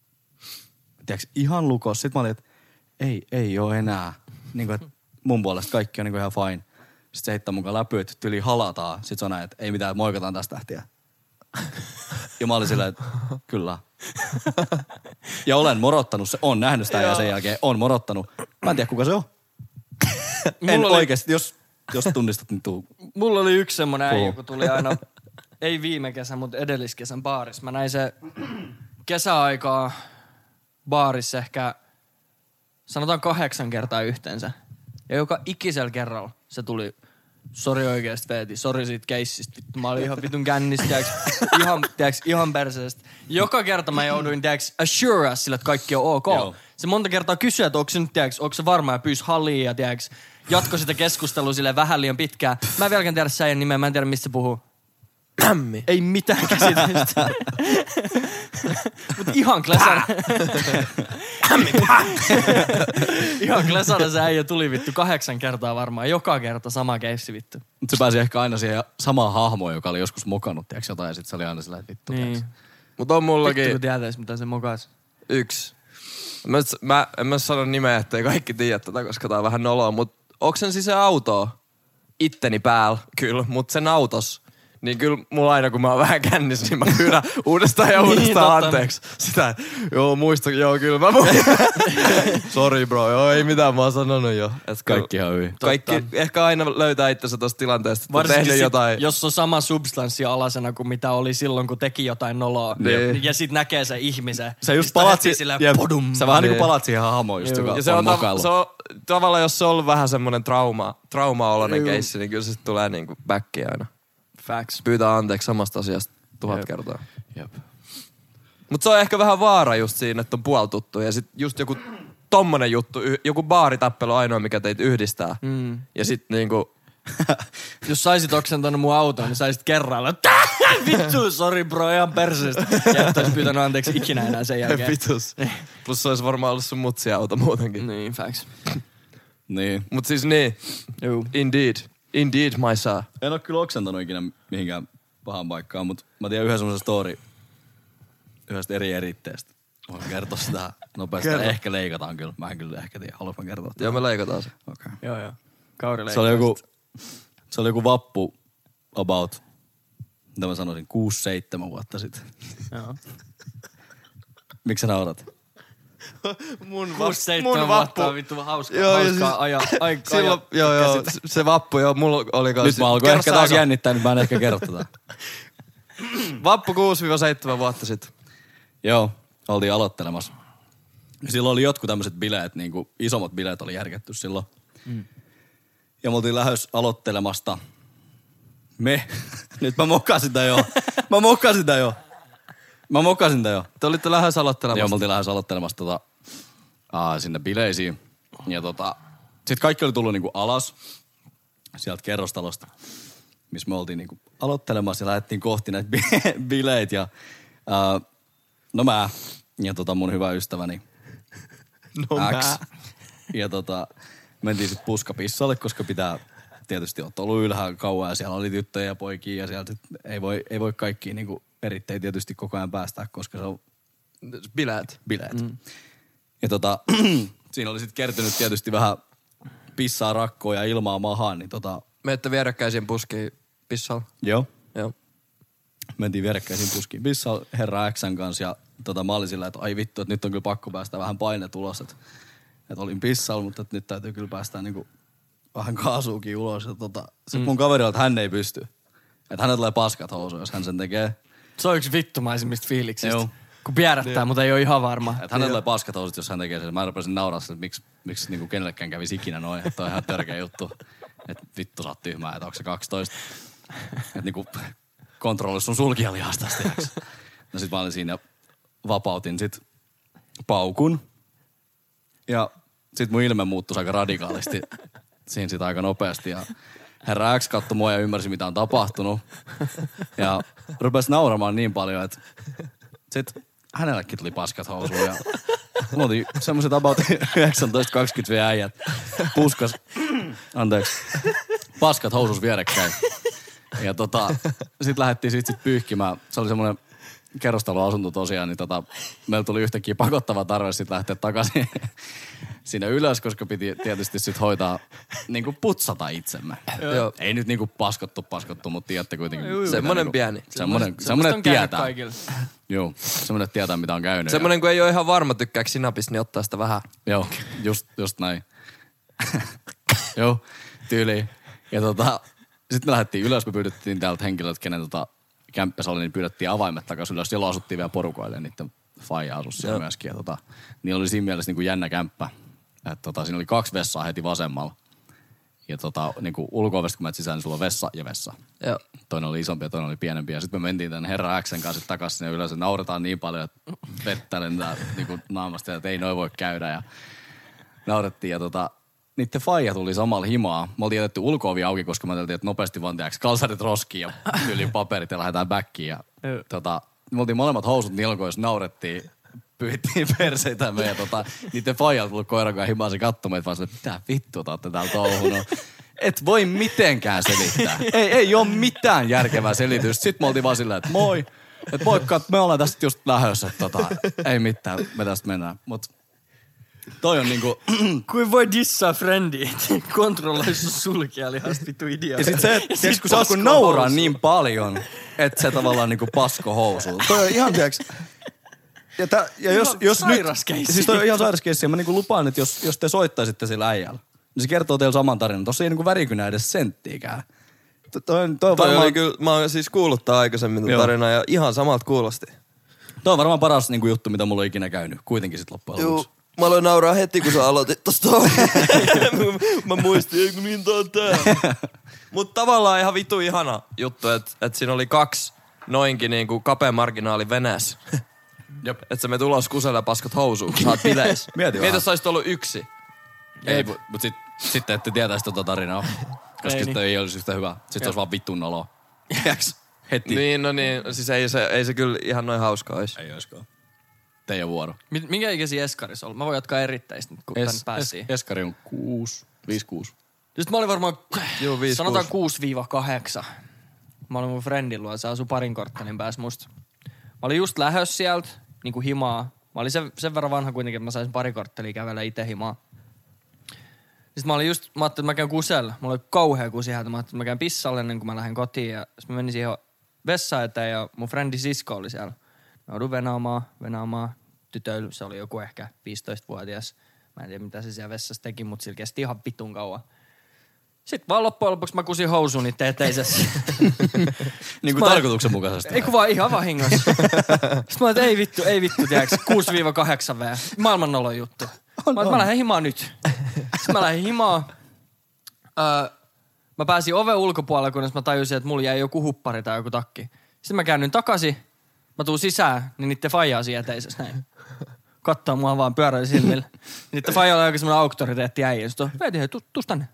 Speaker 2: ihan lukos. Sitten mä olin, että ei oo enää. Niinku, että mun puolesta kaikki on niinku ihan fine. Sitten se heittää mukaan läpy, että tyli halataan. Sitten se on näin, että ei mitään, että moikataan tästä tähtiä. Ja mä olin sillä, että kyllä. Ja olen morottanut, se on nähnyt sitä ja sen jälkeen on morottanut. Mä en tiedä, kuka se on. En oikeesti, jos tunnistat, niin tuu.
Speaker 3: Mulla oli yksi semmonen äijä,
Speaker 2: Puhu.
Speaker 3: kun tuli aina, ei viime kesän, mutta edelliskesän baarissa. Mä näin se kesäaikaa baarissa ehkä, sanotaan 8 kertaa yhteensä. Ja joka ikisellä kerralla se tuli, sori oikeesti Veeti, sori siitä keissistä. Vittu, mä olin ihan vitun kännistä, ihan perseestä. Joka kerta mä jouduin, assure us sillä, että kaikki on ok.
Speaker 2: Joo.
Speaker 3: Se monta kertaa kysyi, että onko se nyt, onko se varma ja pyysi halliin ja jatko sitä keskustelua sille vähän liian pitkään. Mä en vieläkään tiedä säijän nimeä, mä en tiedä mistä se puhuu.
Speaker 1: Ämmi.
Speaker 3: Ei mitään käsitystä. Mut ihan klesana. Ihan klesana se äijä tuli vittu 8 kertaa varmaan. Joka kerta sama keissi vittu.
Speaker 2: Mutta se pääsi ehkä aina siihen samaan hahmoon, joka oli joskus mokannut, tiiäks jotain, ja sit se oli aina sillä, että vittu,
Speaker 3: Niin.
Speaker 2: tiiäks.
Speaker 1: Mut on
Speaker 3: Vittu
Speaker 1: mullakin,
Speaker 3: kun tietäis mitä se mokas.
Speaker 1: Yksi. En mä sano nimeä, ettei kaikki tiedä tätä, koska tää on vähän noloa, mutta oksensi se auto itteni päällä, kyllä, mutta sen autos. Niin kyllä mulla aina, kun mä oon vähän kännissä, niin mä pyydän uudestaan ja uudestaan anteeksi. Sitä, kyllä mä Sorry bro, ei mitään, mä oon sanonut jo.
Speaker 2: Kaikki ihan hyvin.
Speaker 1: Kaikki ehkä aina löytää itsensä tosta tilanteesta, että on tehnyt jotain.
Speaker 3: Jos on sama substanssi alasena kuin mitä oli silloin, kun teki jotain noloa.
Speaker 1: Niin.
Speaker 3: Ja sit näkee se ihmisen.
Speaker 2: Se just palat sä vähän niinku palat siihen hahmoon just, joka
Speaker 1: ja se
Speaker 2: on mokailu.
Speaker 1: Se on tavallaan, jos se on ollut vähän semmonen trauma-oloinen keissi, niin kyllä se tulee niinku backia aina.
Speaker 3: Facts.
Speaker 1: Pyytää anteeksi samasta asiasta 1000 kertaa.
Speaker 2: Jep.
Speaker 1: Mut se on ehkä vähän vaara just siinä, että on puoltuttu. Ja sit just joku tommonen juttu, joku baaritappelu ainoa, mikä teitä yhdistää. Ja sit niinku...
Speaker 3: Jos saisit oksentanut mun autoon, niin saisit kerralla. Vittu, sorry bro, ihan perseestä. Ja et ois pyytänyt anteeksi ikinä enää sen jälkeen.
Speaker 1: Vitus. Plus se ois varmaan ollut sun mutsia auto muutenkin.
Speaker 3: Niin, facts.
Speaker 2: Niin.
Speaker 1: Mut siis niin. Indeed, my sir.
Speaker 2: En oo kyllä oksentanut ikinä mihinkään pahan paikkaan, mutta mä tiedän yhden semmoisen story yhdestä eri eritteestä. Voin kertoa sitä nopeasti. Ehkä leikataan kyllä. Mä en kyllä ehkä tiedä. Haluanko mä kertoa?
Speaker 1: Joo, me leikataan se.
Speaker 2: Okay.
Speaker 3: Joo. Kauri
Speaker 2: Se oli joku vappu about, mitä mä sanoisin, 6-7 vuotta sitten.
Speaker 3: Joo.
Speaker 2: Miksi sä naurat?
Speaker 3: Mun vappu on vittu hauskaa
Speaker 1: Silloin, se vappu, mulla oli kans...
Speaker 2: Nyt mä alkoin ehkä taas jännittää, nyt mä en ehkä kerro tätä.
Speaker 1: Vappu 6-7 vuotta sitten.
Speaker 2: Joo, oltiin aloittelemassa. Silloin oli jotkut tämmöiset bileet, niinku isommat bileet oli järketty silloin. Ja me oltiin lähes aloittelemasta. Nyt mä mokasin tää jo.
Speaker 1: Te olitte lähes aloittelemassa.
Speaker 2: Joo, me oltiin lähes aloittelemassa sinne bileisiin. Ja sit kaikki oli tullut niinku alas sieltä kerrostalosta, missä me oltiin niinku aloittelemassa ja lähdettiin kohti näitä bileitä. Ja mä ja mun hyvä ystäväni X. Ja mentiin sit puskapissalle, koska pitää tietysti olla ollut ylhäällä kauan ja siellä oli tyttöjä ja poikia ja sieltä ei voi kaikkia niinku eritteitä tietysti koko ajan päästää, koska se on
Speaker 1: bileet.
Speaker 2: Ja siinä oli sit kertynyt tietysti vähän pissaa, rakkoa ja ilmaa mahaan, niin
Speaker 1: Menette vierekkäisiin puskiin pissalla?
Speaker 2: Joo.
Speaker 1: Joo.
Speaker 2: Mentiin vierekkäisiin puskiin pissalla herra X:n kanssa ja mä olin sillä, että ai vittu, että nyt on kyllä pakko päästä vähän painet ulos, että olin pissalla, mutta että nyt täytyy kyllä päästä niinku vähän kaasuukin ulos. Ja sit mun kaveri oli, että hän ei pysty. Että hänellä tulee paskat housuun, jos hän sen tekee.
Speaker 3: Se on yksi vittumaisimmista fiiliksistä.
Speaker 2: Joo.
Speaker 3: Kun pierättää, mutta ei ole ihan varma.
Speaker 2: Että hänellä tulee paskat housut, jos hän tekee sen. Mä rupesin nauraa sen, että miksi niinku kenellekään kävisi ikinä noin. Että on ihan törkeä juttu. Että vittu sä oot tyhmää, että onko se 12. Että niinku kontrolli sun sulkijalihasta. No sit mä olin siinä ja vapautin sit paukun. Ja sit mun ilme muuttui aika radikaalisti siinä sit aika nopeasti. Ja herra X katsoi mua ja ymmärsi, mitä on tapahtunut. Ja rupesi nauramaan niin paljon, että sit hänellekin tuli paskat housuun. Ja mulla oli semmoset about 19-20 äijät puskas, paskat housus vierekkäin. Ja sit lähdettiin sit pyyhkimään. Se oli semmonen kerrostaloasunto tosiaan, niin meillä tuli yhtäkkiä pakottava tarve sit lähteä takaisin sinne ylös, koska piti tietysti sit hoitaa, niinku putsata itsemme.
Speaker 1: Joo.
Speaker 2: Ei nyt niinku paskottu, mutta tiedätte kuitenkin.
Speaker 1: Semmonen
Speaker 2: niinku,
Speaker 1: pieni.
Speaker 2: Semmonen tietää. Joo, semmonen tietää, mitä on käynyt.
Speaker 1: Semmonen, kun ei ole ihan varma tykkääkö sinapista, niin ottaa sitä vähän.
Speaker 2: Joo, just näin. Joo, tyyliin. Ja sit me lähdettiin ylös, me pyydettiin täältä henkilöltä, kenen kämppäs oli, niin pyydettiin avaimet takaisin ylös. Silloin asuttiin vielä porukoille, niiden faija asui siellä myöskin. Ja niillä oli siinä mielessä niinku jännä kämppä. Että siinä oli 2 vessaa heti vasemmalla. Ja niinku ulko-ovesta kun menet sisään, niin sulla on vessa ja vessa.
Speaker 1: Joo.
Speaker 2: Toinen oli isompi ja toinen oli pienempi. Ja sitten me mentiin tänne herra X:n kanssa takaisin sinne ylös. Nauretaan niin paljon, että vettä lentää niinku naamasta, että ei noi voi käydä. Ja naurettiin ja niitten faija tuli samalla himaa. Me oltiin jätetty ulko-ovi auki, koska mä ajattelin, että nopeasti vaan tehdäänkö kalsarit roskiin ja yli paperit ja lähdetään backiin. Ja me oltiin molemmat housut nilkoissa, naurettiin, pyhittiin perseitämme ja niitten faijalla tullut koiran kanssa himaa se katsomaan, että vaan sille, mitä vittua te ootte täällä touhunut. Et voi mitenkään selittää. Ei ole mitään järkevää selitystä. Sitten me oltiin vaan sillä, että moi. Et moikka, me ollaan tästä just lähdössä, ei mitään, me tästä mennään. Mut toi on niinku...
Speaker 3: Kuin voi dissaa friendi, kontrolloi sun sulkijalihasta, vittu idiot.
Speaker 2: Ja sit se, että kun sä alkoi nauraa niin paljon, että se tavallaan niinku pasko housuun. Toi on ihan tiiäks... Ja jos
Speaker 3: sairas keissi.
Speaker 2: Siis toi on ihan sairas keissi. Ja mä niinku lupaan, että jos te soittaisitte sillä äijällä, niin se kertoo teille saman tarinan. Tossa ei niinku värikynä edes senttiikään. Toi varmaan...
Speaker 1: oli kyllä, mä oon siis kuullut tää aikaisemmin tarinaa ja ihan samalta kuulosti.
Speaker 2: Toi on varmaan paras niinku juttu, mitä mulla on ikinä käynyt. Kuitenkin sit loppujen lopuksi.
Speaker 1: Mä aloin nauraa heti, kun sä aloitit tosta. Mä muistin, eikö niin tää on tää. Mut tavallaan ihan vitu ihana juttu, että siinä oli 2 noinkin niinku kapea marginaali veneessä. Että sä menet ulos kuselle paskat housuun, kun sä oot bileissä. Mieti jos olisit ollut 1.
Speaker 2: Ei, mut sitten ette tietäisi tota tarinaa. Koska sitten ei olisi yhtä hyvä. Sitten se olisi vaan vittun oloa. Heti.
Speaker 1: Niin, no niin. Siis ei se kyllä ihan noin hauskaa olisi.
Speaker 2: Ei olisikaan. Teidän vuoro.
Speaker 3: Minkä ikäisiä Eskaris on? Mä voin jatkaa erittäistä nyt, kun tän pääsiin.
Speaker 2: Eskari on 5-6.
Speaker 3: Just mä olin varmaan,
Speaker 1: joo, 5,
Speaker 3: sanotaan 6-8. Mä olin mun friendin luo, se asui parin korttelin päässä musta. Mä olin just lähössä sieltä, niinku himaa. Mä olin sen verran vanha kuitenkin, että mä saisin pari korttelia kävellä itse himaa. Sitten mä ajattelin, että mä käyn kusella. Mulla oli kauhea kusihätä. Mä ajattelin, että mä käyn pissalle ennen kuin mä lähden kotiin. Ja sitten mä menin siihen vessaan eteen ja mun friendi sisko oli siellä. Mä joudun venaamaan tytöillä. Se oli joku ehkä 15-vuotias. Mä en tiedä mitä se siellä vessassa teki, mutta sillä kesti ihan vitun kauan. Sitten vaan loppujen lopuksi mä kusin housuun niitä eteisessä.
Speaker 2: Niin kuin tarkoituksenmukaisesti.
Speaker 3: Ei kun vaan ihan vahingossa. Sitten mä olin, että ei vittu, tiedäks, 6-8 V. Maailman nolon juttu. Mä lähden himaan nyt. Sitten mä lähdin himaan. Mä pääsin oven ulkopuolelle, kunnes mä tajusin, että mulla jäi joku huppari tai joku takki. Sitten mä käännyin takaisin. Mä tuun sisään, niin niitten faijaa siinä eteisessä näin. Kattoo mua vaan pyöräillä silmillä. Niitten faijalla on joku semmoinen auktoriteetti äijä. Sitten on, Veeti, hei, tuus tänne.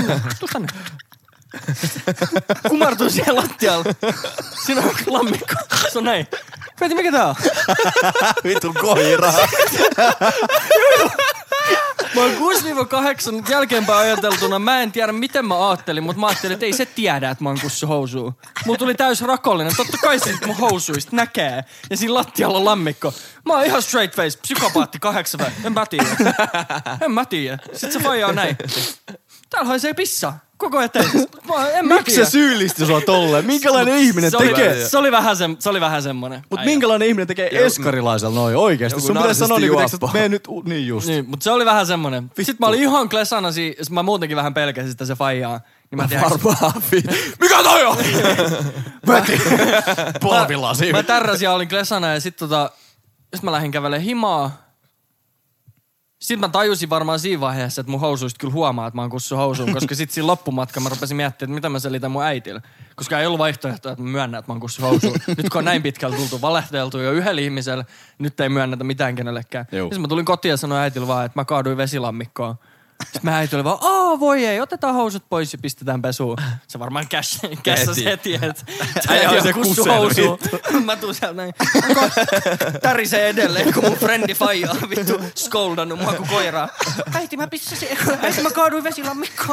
Speaker 3: Kumartuu siihen lattialle. Siinä on lammikko. Se on näin. Veeti, mikä tää on?
Speaker 2: Vitun koira.
Speaker 3: Mä oon 6-8 nyt jälkeenpäin ajateltuna. Mä en tiedä, miten mä ajattelin, mutta mä ajattelin, että ei se tiedä, että mä oon kussu housuun. Mulla tuli täys rakollinen. Totta kai siitä mun housuista näkee. Ja siinä lattialla on lammikko. Mä oon ihan straight face, psykopaatti 8 V. En mä tiedä. Sitten se faija on näin. Täällä haisee pissa. Koko ajan
Speaker 2: miksi se syyllisti sua tolleen? Minkälainen ihminen tekee?
Speaker 3: Se oli vähän semmonen.
Speaker 2: Mut minkälainen ihminen tekee eskarilaisella noin oikeesti? Sun pitäis sanoa niinku, että mene nyt, niin just.
Speaker 3: Niin, mut se oli vähän semmonen. Sitten mä olin ihan klesana mä muutenkin vähän pelkäsin sitä se faijaa. Niin mä tiedän.
Speaker 2: Mikä toi on? Väti. Polvilasi.
Speaker 3: Mä tärräsin ja olin klesana ja sit sit mä lähdin kävelemään himaa. Sitten mä tajusin varmaan siinä vaiheessa, että mun housuista kyllä huomaa, että mä oon kussu housuun, koska sit siinä loppumatka mä rupesin miettimään, että mitä mä selitän mun äitille. Koska ei ollut vaihtoehtoa, että mä myönnän, että mä oon kussu housuun. Nyt kun on näin pitkällä tultu valehteltu jo yhdellä ihmisellä, nyt ei myönnetä mitään kenellekään. Sitten mä tulin kotiin ja sanoin äitille vaan, että mä kaaduin vesilammikkoon. Sitten mä äiti oli vaan, voi ei, otetaan housut pois ja pistetään pesuun. Se varmaan kässäsi heti, että äijä on kussu housuun. Mä tuun sieltä näin. Tärisee edelleen, kun mun friendi faija on vittu skoldannut mua kuin koiraa. Äiti, mä pissasin. Äiti, mä kaaduin vesilammikkoon.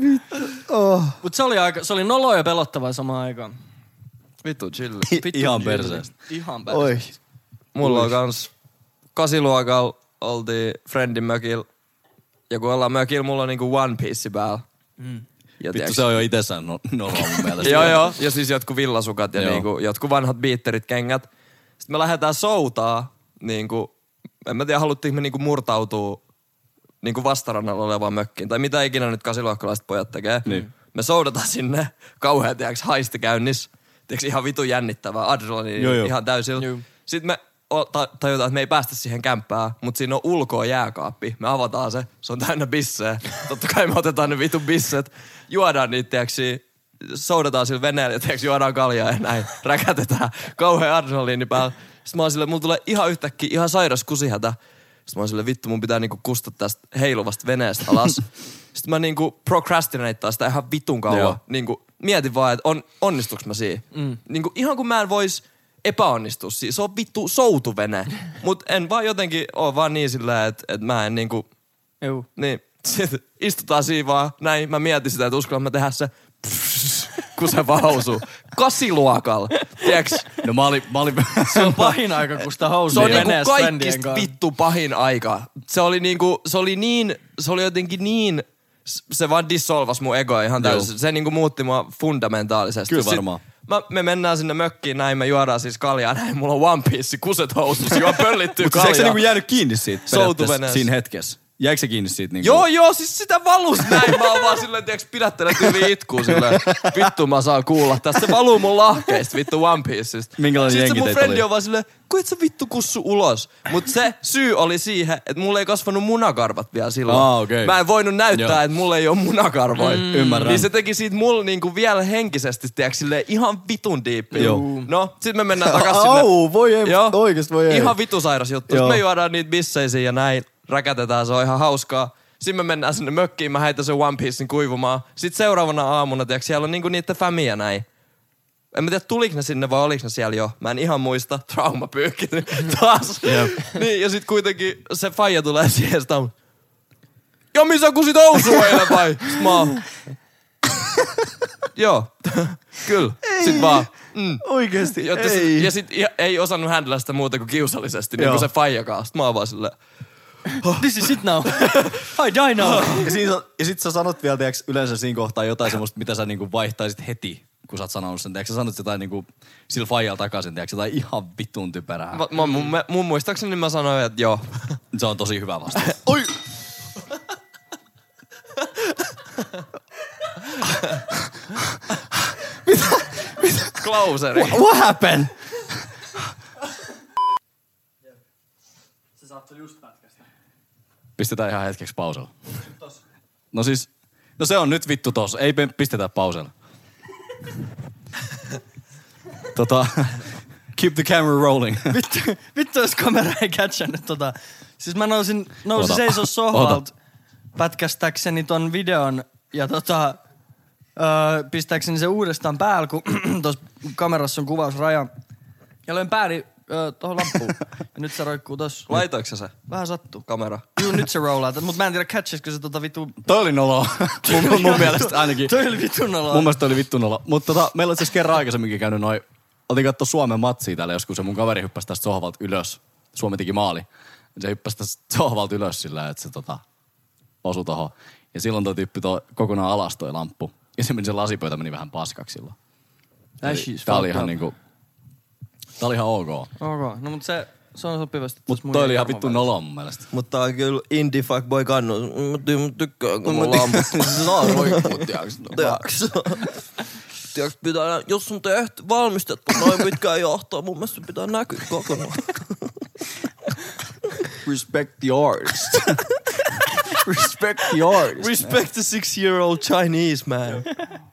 Speaker 3: Mut se oli noloa ja pelottavaa samaan aikaan.
Speaker 1: Vittu chilli.
Speaker 2: Ihan perseestä.
Speaker 3: Ihan perseestä.
Speaker 1: Mulla on kans 8-luokalla oltiin friendin mökillä. Ja kun ollaan mökillä, mulla on niinku One Piece päällä.
Speaker 2: Vittu, se on jo itsessään noloa mun mielestä.
Speaker 1: Joo. Ja siis jotkut villasukat ja niinku, jotkut vanhat beatterit kengät. Sitten me lähdetään soutaa, niinku, en mä tiedä, haluttiinko me niinku murtautua niinku vastarannalla olevaan mökkiin. Tai mitä ikinä nyt 8-luokkalaiset pojat tekee.
Speaker 2: Niin.
Speaker 1: Me soudataan sinne kauhean, tiedäks, haistikäynnissä. Tiedäks, ihan vitun jännittävää, adrenaliini ihan täysillä. Joo. Sitten me tajutaan, että me ei päästä siihen kämppään, mutta siinä on ulkoa jääkaappi. Me avataan se on täynnä bissejä. Totta kai me otetaan ne vitun bisset, juodaan niitä, tiiäksi, soudataan sillä veneellä ja tiiäksi, juodaan kaljaa ja näin. Räkätetään kauhean adrenaliini päällä. Sitten mä oon silleen, mulla tulee ihan yhtäkkiä ihan sairas kusihätä. Sitten mä oon silleen, vittu mun pitää niinku kustaa tästä heiluvasta veneestä alas. Sitten mä niinku procrastinatetaan sitä ihan vitun kauan. Niinku, mietin vaan, että onnistuks mä siinä. Niinku, ihan kun mä en vois epäonnistua siinä. Se on vittu soutuvene. Mut en vaan jotenkin oo vaan niin sillä, että mä en niinku...
Speaker 3: Juu.
Speaker 1: Niin, sit istutaan siinä vaan näin. Mä mietin sitä, että uskallan mä tehdä se kun se vaan housuu. 8-luokalla. Tiedätkö?
Speaker 2: No mä olin...
Speaker 3: Se on pahin aika, kun sitä
Speaker 1: Se
Speaker 3: housua
Speaker 1: on niinku
Speaker 3: veneessä friendien
Speaker 1: kaikista
Speaker 3: kanssa.
Speaker 1: vittu pahin aika. Se oli jotenkin niin, se vaan dissolvas mun egoa ihan täysin. Se niinku muutti mua fundamentaalisesti.
Speaker 2: Kyllä varmaan.
Speaker 1: Me mennään sinne mökkiin näin, me juodaan siis kaljaa näin. Mulla on One Piece, kuset housussa, juo pöllittyy
Speaker 2: Mutta
Speaker 1: kaljaa.
Speaker 2: eikö se niinku jäänyt kiinni siitä periaatteessa
Speaker 1: Soutuveneessä.
Speaker 2: siinä hetkessä? Jäikö se kiinni siitä niinku?
Speaker 1: Joo, siis sitä valus näin. Mä oon vaan silleen, tiiäks, pidättelen tyyli itkuu silleen. Vittu mä saan kuulla tästä. Se valuu mun lahkeista, vittu One Pieceista.
Speaker 2: Minkälainen
Speaker 1: Sitten
Speaker 2: jengi
Speaker 1: mun
Speaker 2: teitä
Speaker 1: frendi
Speaker 2: oli?
Speaker 1: on vaan silleen, kun et sä vittu kussu ulos. Mut se syy oli siihen, että mulla ei kasvanut munakarvat vielä silloin.
Speaker 2: Okei.
Speaker 1: Mä en voinut näyttää,
Speaker 2: Joo.
Speaker 1: että mulla ei oo munakarvoja.
Speaker 2: Ymmärrän.
Speaker 1: Niin se teki siitä mulla niinku vielä henkisesti, tiiäks, silleen ihan vitun diippi.
Speaker 2: Joo.
Speaker 1: No, sit me mennään takas sinne.
Speaker 2: voi ei,
Speaker 1: Joo.
Speaker 2: oikeesti voi ei.
Speaker 1: Ihan vitusairas juttu.
Speaker 2: Joo.
Speaker 1: Sitten me juodaan niitä bisseisiä ja näin. Räkätetään, se on ihan hauskaa. Sitten me mennään sinne mökkiin, mä heitän sen One Piecein kuivumaan. Sitten seuraavana aamuna, tiiäks, siellä on niinku niitten famia näin. En mä tiedä, tuliko ne sinne vai oliks ne siellä jo. Mä en ihan muista. Trauma pyykkinyt taas. Niin, ja sit kuitenkin se faija tulee siihen. Sitä on, ja missä kusit housua eilen vai? Sit mä oon, joo, kyllä. Sit vaan,
Speaker 2: Oikeesti,
Speaker 1: ja sit ei osannut handlaa sitä muuta kuin kiusallisesti, niin
Speaker 2: Joo.
Speaker 1: kuin se faijakaan. Sit mä oon vaan silleen,
Speaker 3: This is it now. I die now.
Speaker 2: Ja sit sä sanot vielä, tiiäks, yleensä siinä kohtaa jotain semmoista, mitä sä niinku vaihtaisit heti, kun sä oot sanonut sen. Tiiäks, sä sanot jotain niinku sillä faijalla takaisin, tiiäks, jotain ihan vitun typerää.
Speaker 1: mun muistaakseni mä sanoin, että joo.
Speaker 2: Se on tosi hyvä vastaus.
Speaker 1: Oi! Mitä? Klauseri.
Speaker 2: What happened?
Speaker 3: Se saattoi just pätkästä.
Speaker 2: Pistetään ihan hetkeksi pausella. No siis, no se on nyt vittu tossa. Ei pistetä pausella. Keep the camera rolling.
Speaker 3: Vittu, jos kamera ei catchannut tota. Siis mä nousin
Speaker 2: Ota.
Speaker 3: seisoo sohvalta pätkästäkseni ton videon ja pistääkseni se uudestaan päällä, kun tossa kamerassa on kuvausraja. Ja löin pääni tohon lampuun. Ja nyt se roikkuu tossa.
Speaker 1: Laitoiko sä se
Speaker 3: Vähän sattuu.
Speaker 1: kamera?
Speaker 3: Juu, nyt se rollaa. Mut mä en tiedä catchiskö se vittu...
Speaker 2: Toi oli noloa. mun mielestä ainakin.
Speaker 3: Toi oli vittu noloa.
Speaker 2: Mun mielestä toi oli vittu noloa. Mutta meillä on itse asiassa kerran aikaisemminkin käynyt noin. Oltiin katsoa Suomen matsia täällä joskus ja mun kaveri hyppäsi tästä sohvalta ylös. Suomi teki maali. Se hyppäsi tästä sohvalta ylös sillä, että se osui tohon. Ja silloin toi tyyppi kokonaan alas toi lamppu. Ja se lasipöytä meni vähän paskaksi silloin. Tää oli ihan niinku... Tää oli ihan ok.
Speaker 3: Ok, no mut se on sopivasti.
Speaker 2: Mut toi oli ihan vittu noloa mun mielestä.
Speaker 1: Mutta on kyllä indie fuckboy kannu. Mä tykkään, kun mulla lamput. Saa roikkuu, tiiäks. Tiiäks, pitää, jos sun valmistettu noin pitkään johtaa, mun mielestä pitää näkyä kokonaan.
Speaker 2: Respect the artist. Respect the artist.
Speaker 1: Respect the 6-year-old Chinese man.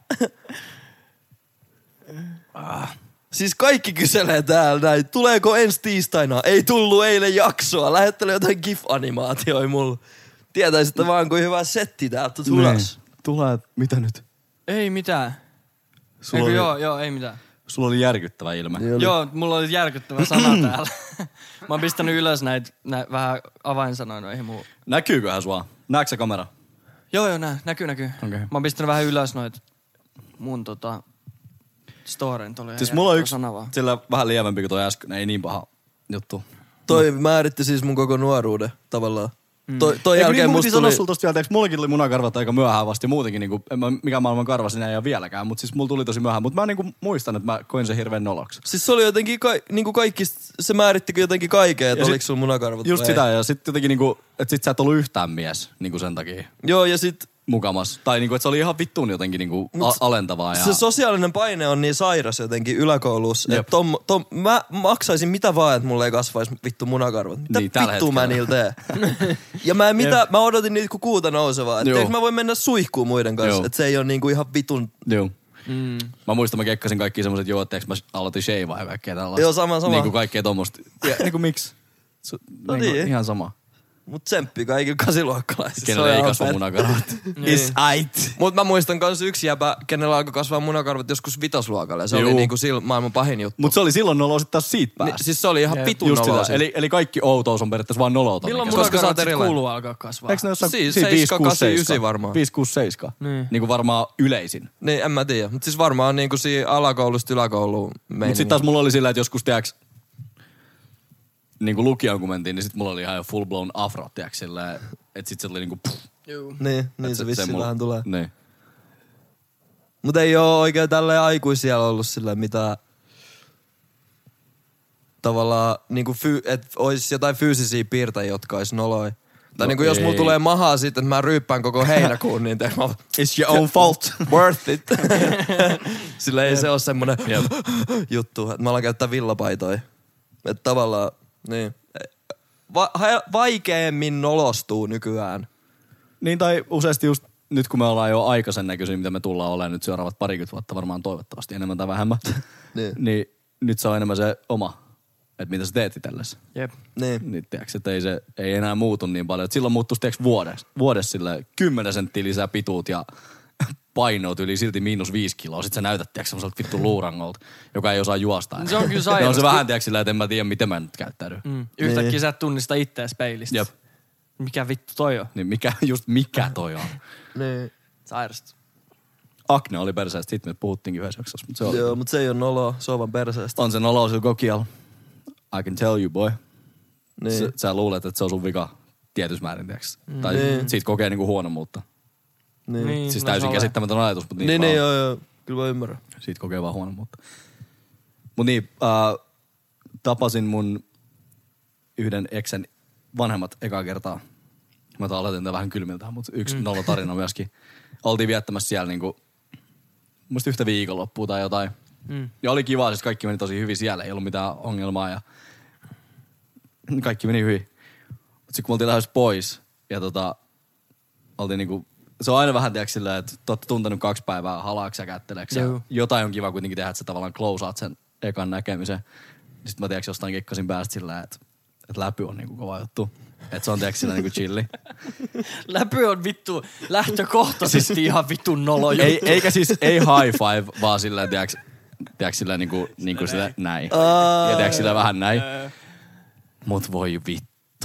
Speaker 1: Siis kaikki kyselee täällä näin. Tuleeko ensi tiistaina? Ei tullut eilen jaksoa. Lähettele jotain GIF-animaatioita mulle. Tietäisitte vaan, kuin hyvä setti täältä tulos.
Speaker 2: Tulee, mitä nyt?
Speaker 3: Ei mitään.
Speaker 2: Sulla
Speaker 3: Eikö,
Speaker 2: oli-
Speaker 3: joo, ei mitään.
Speaker 2: Sulla oli järkyttävä ilme.
Speaker 3: Joo, mulla oli järkyttävä sana täällä. Mä oon pistänyt ylös näitä vähän avainsanoja noihin muu.
Speaker 2: Näkyyköhän sua? Näetkö sä kamera?
Speaker 3: Joo, näkyy.
Speaker 2: Okei.
Speaker 3: Mä oon pistänyt vähän ylös noit mun storyn.
Speaker 2: Siis mulla on yksi sillä vähän lievempi kuin toi äsken. Ei niin paha juttu.
Speaker 1: Toi määritti siis mun koko nuoruuden tavallaan. Toi
Speaker 2: Eikö
Speaker 1: jälkeen
Speaker 2: niin, mun
Speaker 1: musta
Speaker 2: piti sanoa
Speaker 1: tuli...
Speaker 2: sulla tosta vielä, teeks mullakin oli munakarvat aika myöhään vasta ja muutenkin niinku, en mä mikä maailman karva sinä ei ole vieläkään, mutta siis mulla tuli tosi myöhään. Mutta mä niinku muistan, että mä koin sen hirveän noloksi.
Speaker 1: Siis se oli jotenkin niinku kaikki, se määritti jotenkin kaiken, että
Speaker 2: Ja
Speaker 1: oliko sulla munakarvat
Speaker 2: Just
Speaker 1: vai
Speaker 2: sitä
Speaker 1: ei.
Speaker 2: ja sit jotenkin niinku, että sit sä et ollut yhtään mies niinku sen takia
Speaker 1: Joo, ja sit
Speaker 2: mukamas. Tai niinku, että se oli ihan vittuun jotenkin niinku alentavaa. Ja...
Speaker 1: se sosiaalinen paine on niin sairas jotenkin yläkoulussa,
Speaker 2: Jep.
Speaker 1: että mä maksaisin mitä vaan, että mulle ei kasvaisi vittu munakarvat. Mitä
Speaker 2: Niin, tällä
Speaker 1: vittua mä
Speaker 2: hetkellä.
Speaker 1: niillä teen? Ja mä odotin niitä kuin kuuta nousevaa. Että
Speaker 2: Joo.
Speaker 1: mä voin mennä suihkuun muiden kanssa,
Speaker 2: Joo.
Speaker 1: että se ei ole niinku ihan vitun...
Speaker 2: Joo. Mä muistan, mä kekkasin kaikki semmoset juotteeksi, mä aloitin shavaa ja kaikkea tällaista.
Speaker 1: Joo, sama.
Speaker 2: Niinku kaikkea tommoista. Ja niinku miksi?
Speaker 1: No niin.
Speaker 2: Ihan sama.
Speaker 1: Mut tsemppi kaikille kasiluokkalaisille.
Speaker 2: Kenellä ei kasva munakarvat.
Speaker 1: Is ait. Mut mä muistan kans yksi jäbä, kenellä alkoi kasvaa munakarvat joskus vitosluokalla. Se oli niinku maailman pahin juttu.
Speaker 2: Mut se oli silloin nolo sit taas siitä päästä.
Speaker 1: Siis se oli ihan pitun
Speaker 2: Just
Speaker 1: noloa.
Speaker 2: sitä. Eli kaikki outous on periaatteessa vaan nolouta.
Speaker 3: Milloin
Speaker 1: Koska sä oot
Speaker 3: munakarvat
Speaker 1: erilainen.
Speaker 3: kuuluu alkaa kasvaa?
Speaker 2: Eikö ne jossain
Speaker 1: Siis
Speaker 2: 5, 6, 7
Speaker 1: 8, varmaan.
Speaker 2: 5, 6, 7. Niin kuin varmaan yleisin.
Speaker 1: Niin, en mä tiedä. Mut siis varmaan niinku siinä alakoulusta yläkouluun meiningi.
Speaker 2: Mut sit taas mulla oli sillä, että joskus tiiäks niinku lukioon kun mentiin, niin sit mulla oli ihan jo full blown afro, tiiäks sillä, että sit se oli niinku
Speaker 1: Niin se vissiin vähän tulee.
Speaker 2: Niin.
Speaker 1: Mut ei oo oikein tälleen aikuisia ollut sillä mitään tavallaan niinku että ois jotain fyysisiä piirteitä, jotka ois noloi. Tai niinku jos mulla tulee mahaa siitä, että mä ryyppään koko heinäkuun, niin tein mä...
Speaker 2: It's your own fault.
Speaker 1: Worth it. Sillä ei se oo semmonen juttu, että mä alan käyttää villapaitoja. Että tavallaan, niin. Vaikeemmin nolostuu nykyään.
Speaker 2: Niin tai useasti just nyt kun me ollaan jo aikaisen näköisiä, mitä me tullaan olemaan nyt seuraavat 20 vuotta varmaan toivottavasti enemmän tai vähemmän. niin nyt se on enemmän se oma, että mitä sä teet itsellesi.
Speaker 3: Jep.
Speaker 2: Niin tiiäks, että ei enää muutu niin paljon. Et silloin muuttuisi tiiäks vuodessa sille 10 senttiä lisää pituut ja painout yli silti -5 kiloa. Sitten sä näytät tiiäks semmoiselta vittu luurangolta, joka ei osaa juosta.
Speaker 3: Se on kyllä sairasta.
Speaker 2: On se vähän tiiäks sillä, että en mä tiedä miten mä nyt käyttäydyn.
Speaker 3: Yhtäkkiä sä et tunnista ittees peilistä.
Speaker 2: Jep.
Speaker 3: Mikä vittu toi on?
Speaker 2: Niin mikä toi on?
Speaker 1: Niin.
Speaker 3: Sairasta.
Speaker 2: Akne oli perseestä, siitä me puhuttiinkin yhdessä jaksossa. Mutta se oli.
Speaker 1: Joo, mut se ei oo noloa, se on vaan perseestä.
Speaker 2: On se noloa sillä kokialla. I can tell you, boy.
Speaker 1: Niin.
Speaker 2: Sä luulet, että se on sun vika tietyssä määrin, tiiäks. Tai siitä kokee niinku huonommuutta.
Speaker 1: Niin.
Speaker 2: Siis täysin käsittämätön ajatus, mutta
Speaker 1: Niin, joo. Kyllä mä ymmärrän.
Speaker 2: Siitä kokee vaan huonommuutta. Mut niin, tapasin mun yhden eksen vanhemmat ekaa kertaa. Mä aloitin tämän vähän kylmiltään, mutta yksi nolotarina myöskin. Oltiin viettämässä siellä niinku, musta yhtä viikonloppua tai jotain. Ja oli kiva, siis kaikki meni tosi hyvin siellä, ei ollut mitään ongelmaa ja kaikki meni hyvin. Mut sit kun me oltiin lähes pois ja oltiin niinku, se on aina vähän tiiäks silleen, että te ootte tuntenut 2 päivää, halaaks ja kätteleeks ja jotain on kiva kuitenkin tehdä, että sä tavallaan closeaat sen ekan näkemisen. Sitten mä tiiäks jostain kikkasin päästä silleen, että läpy on niinku kova juttu. Että se on tiiäks sillä niinku chilli.
Speaker 3: Läpy on vittu lähtökohtaisesti ihan vitun nolo juttu.
Speaker 2: Eikä siis, ei high five, vaan sillä tiiäks sillä niinku sillä näin. Ja tiiäks sillä vähän näin. Mut voi vittu.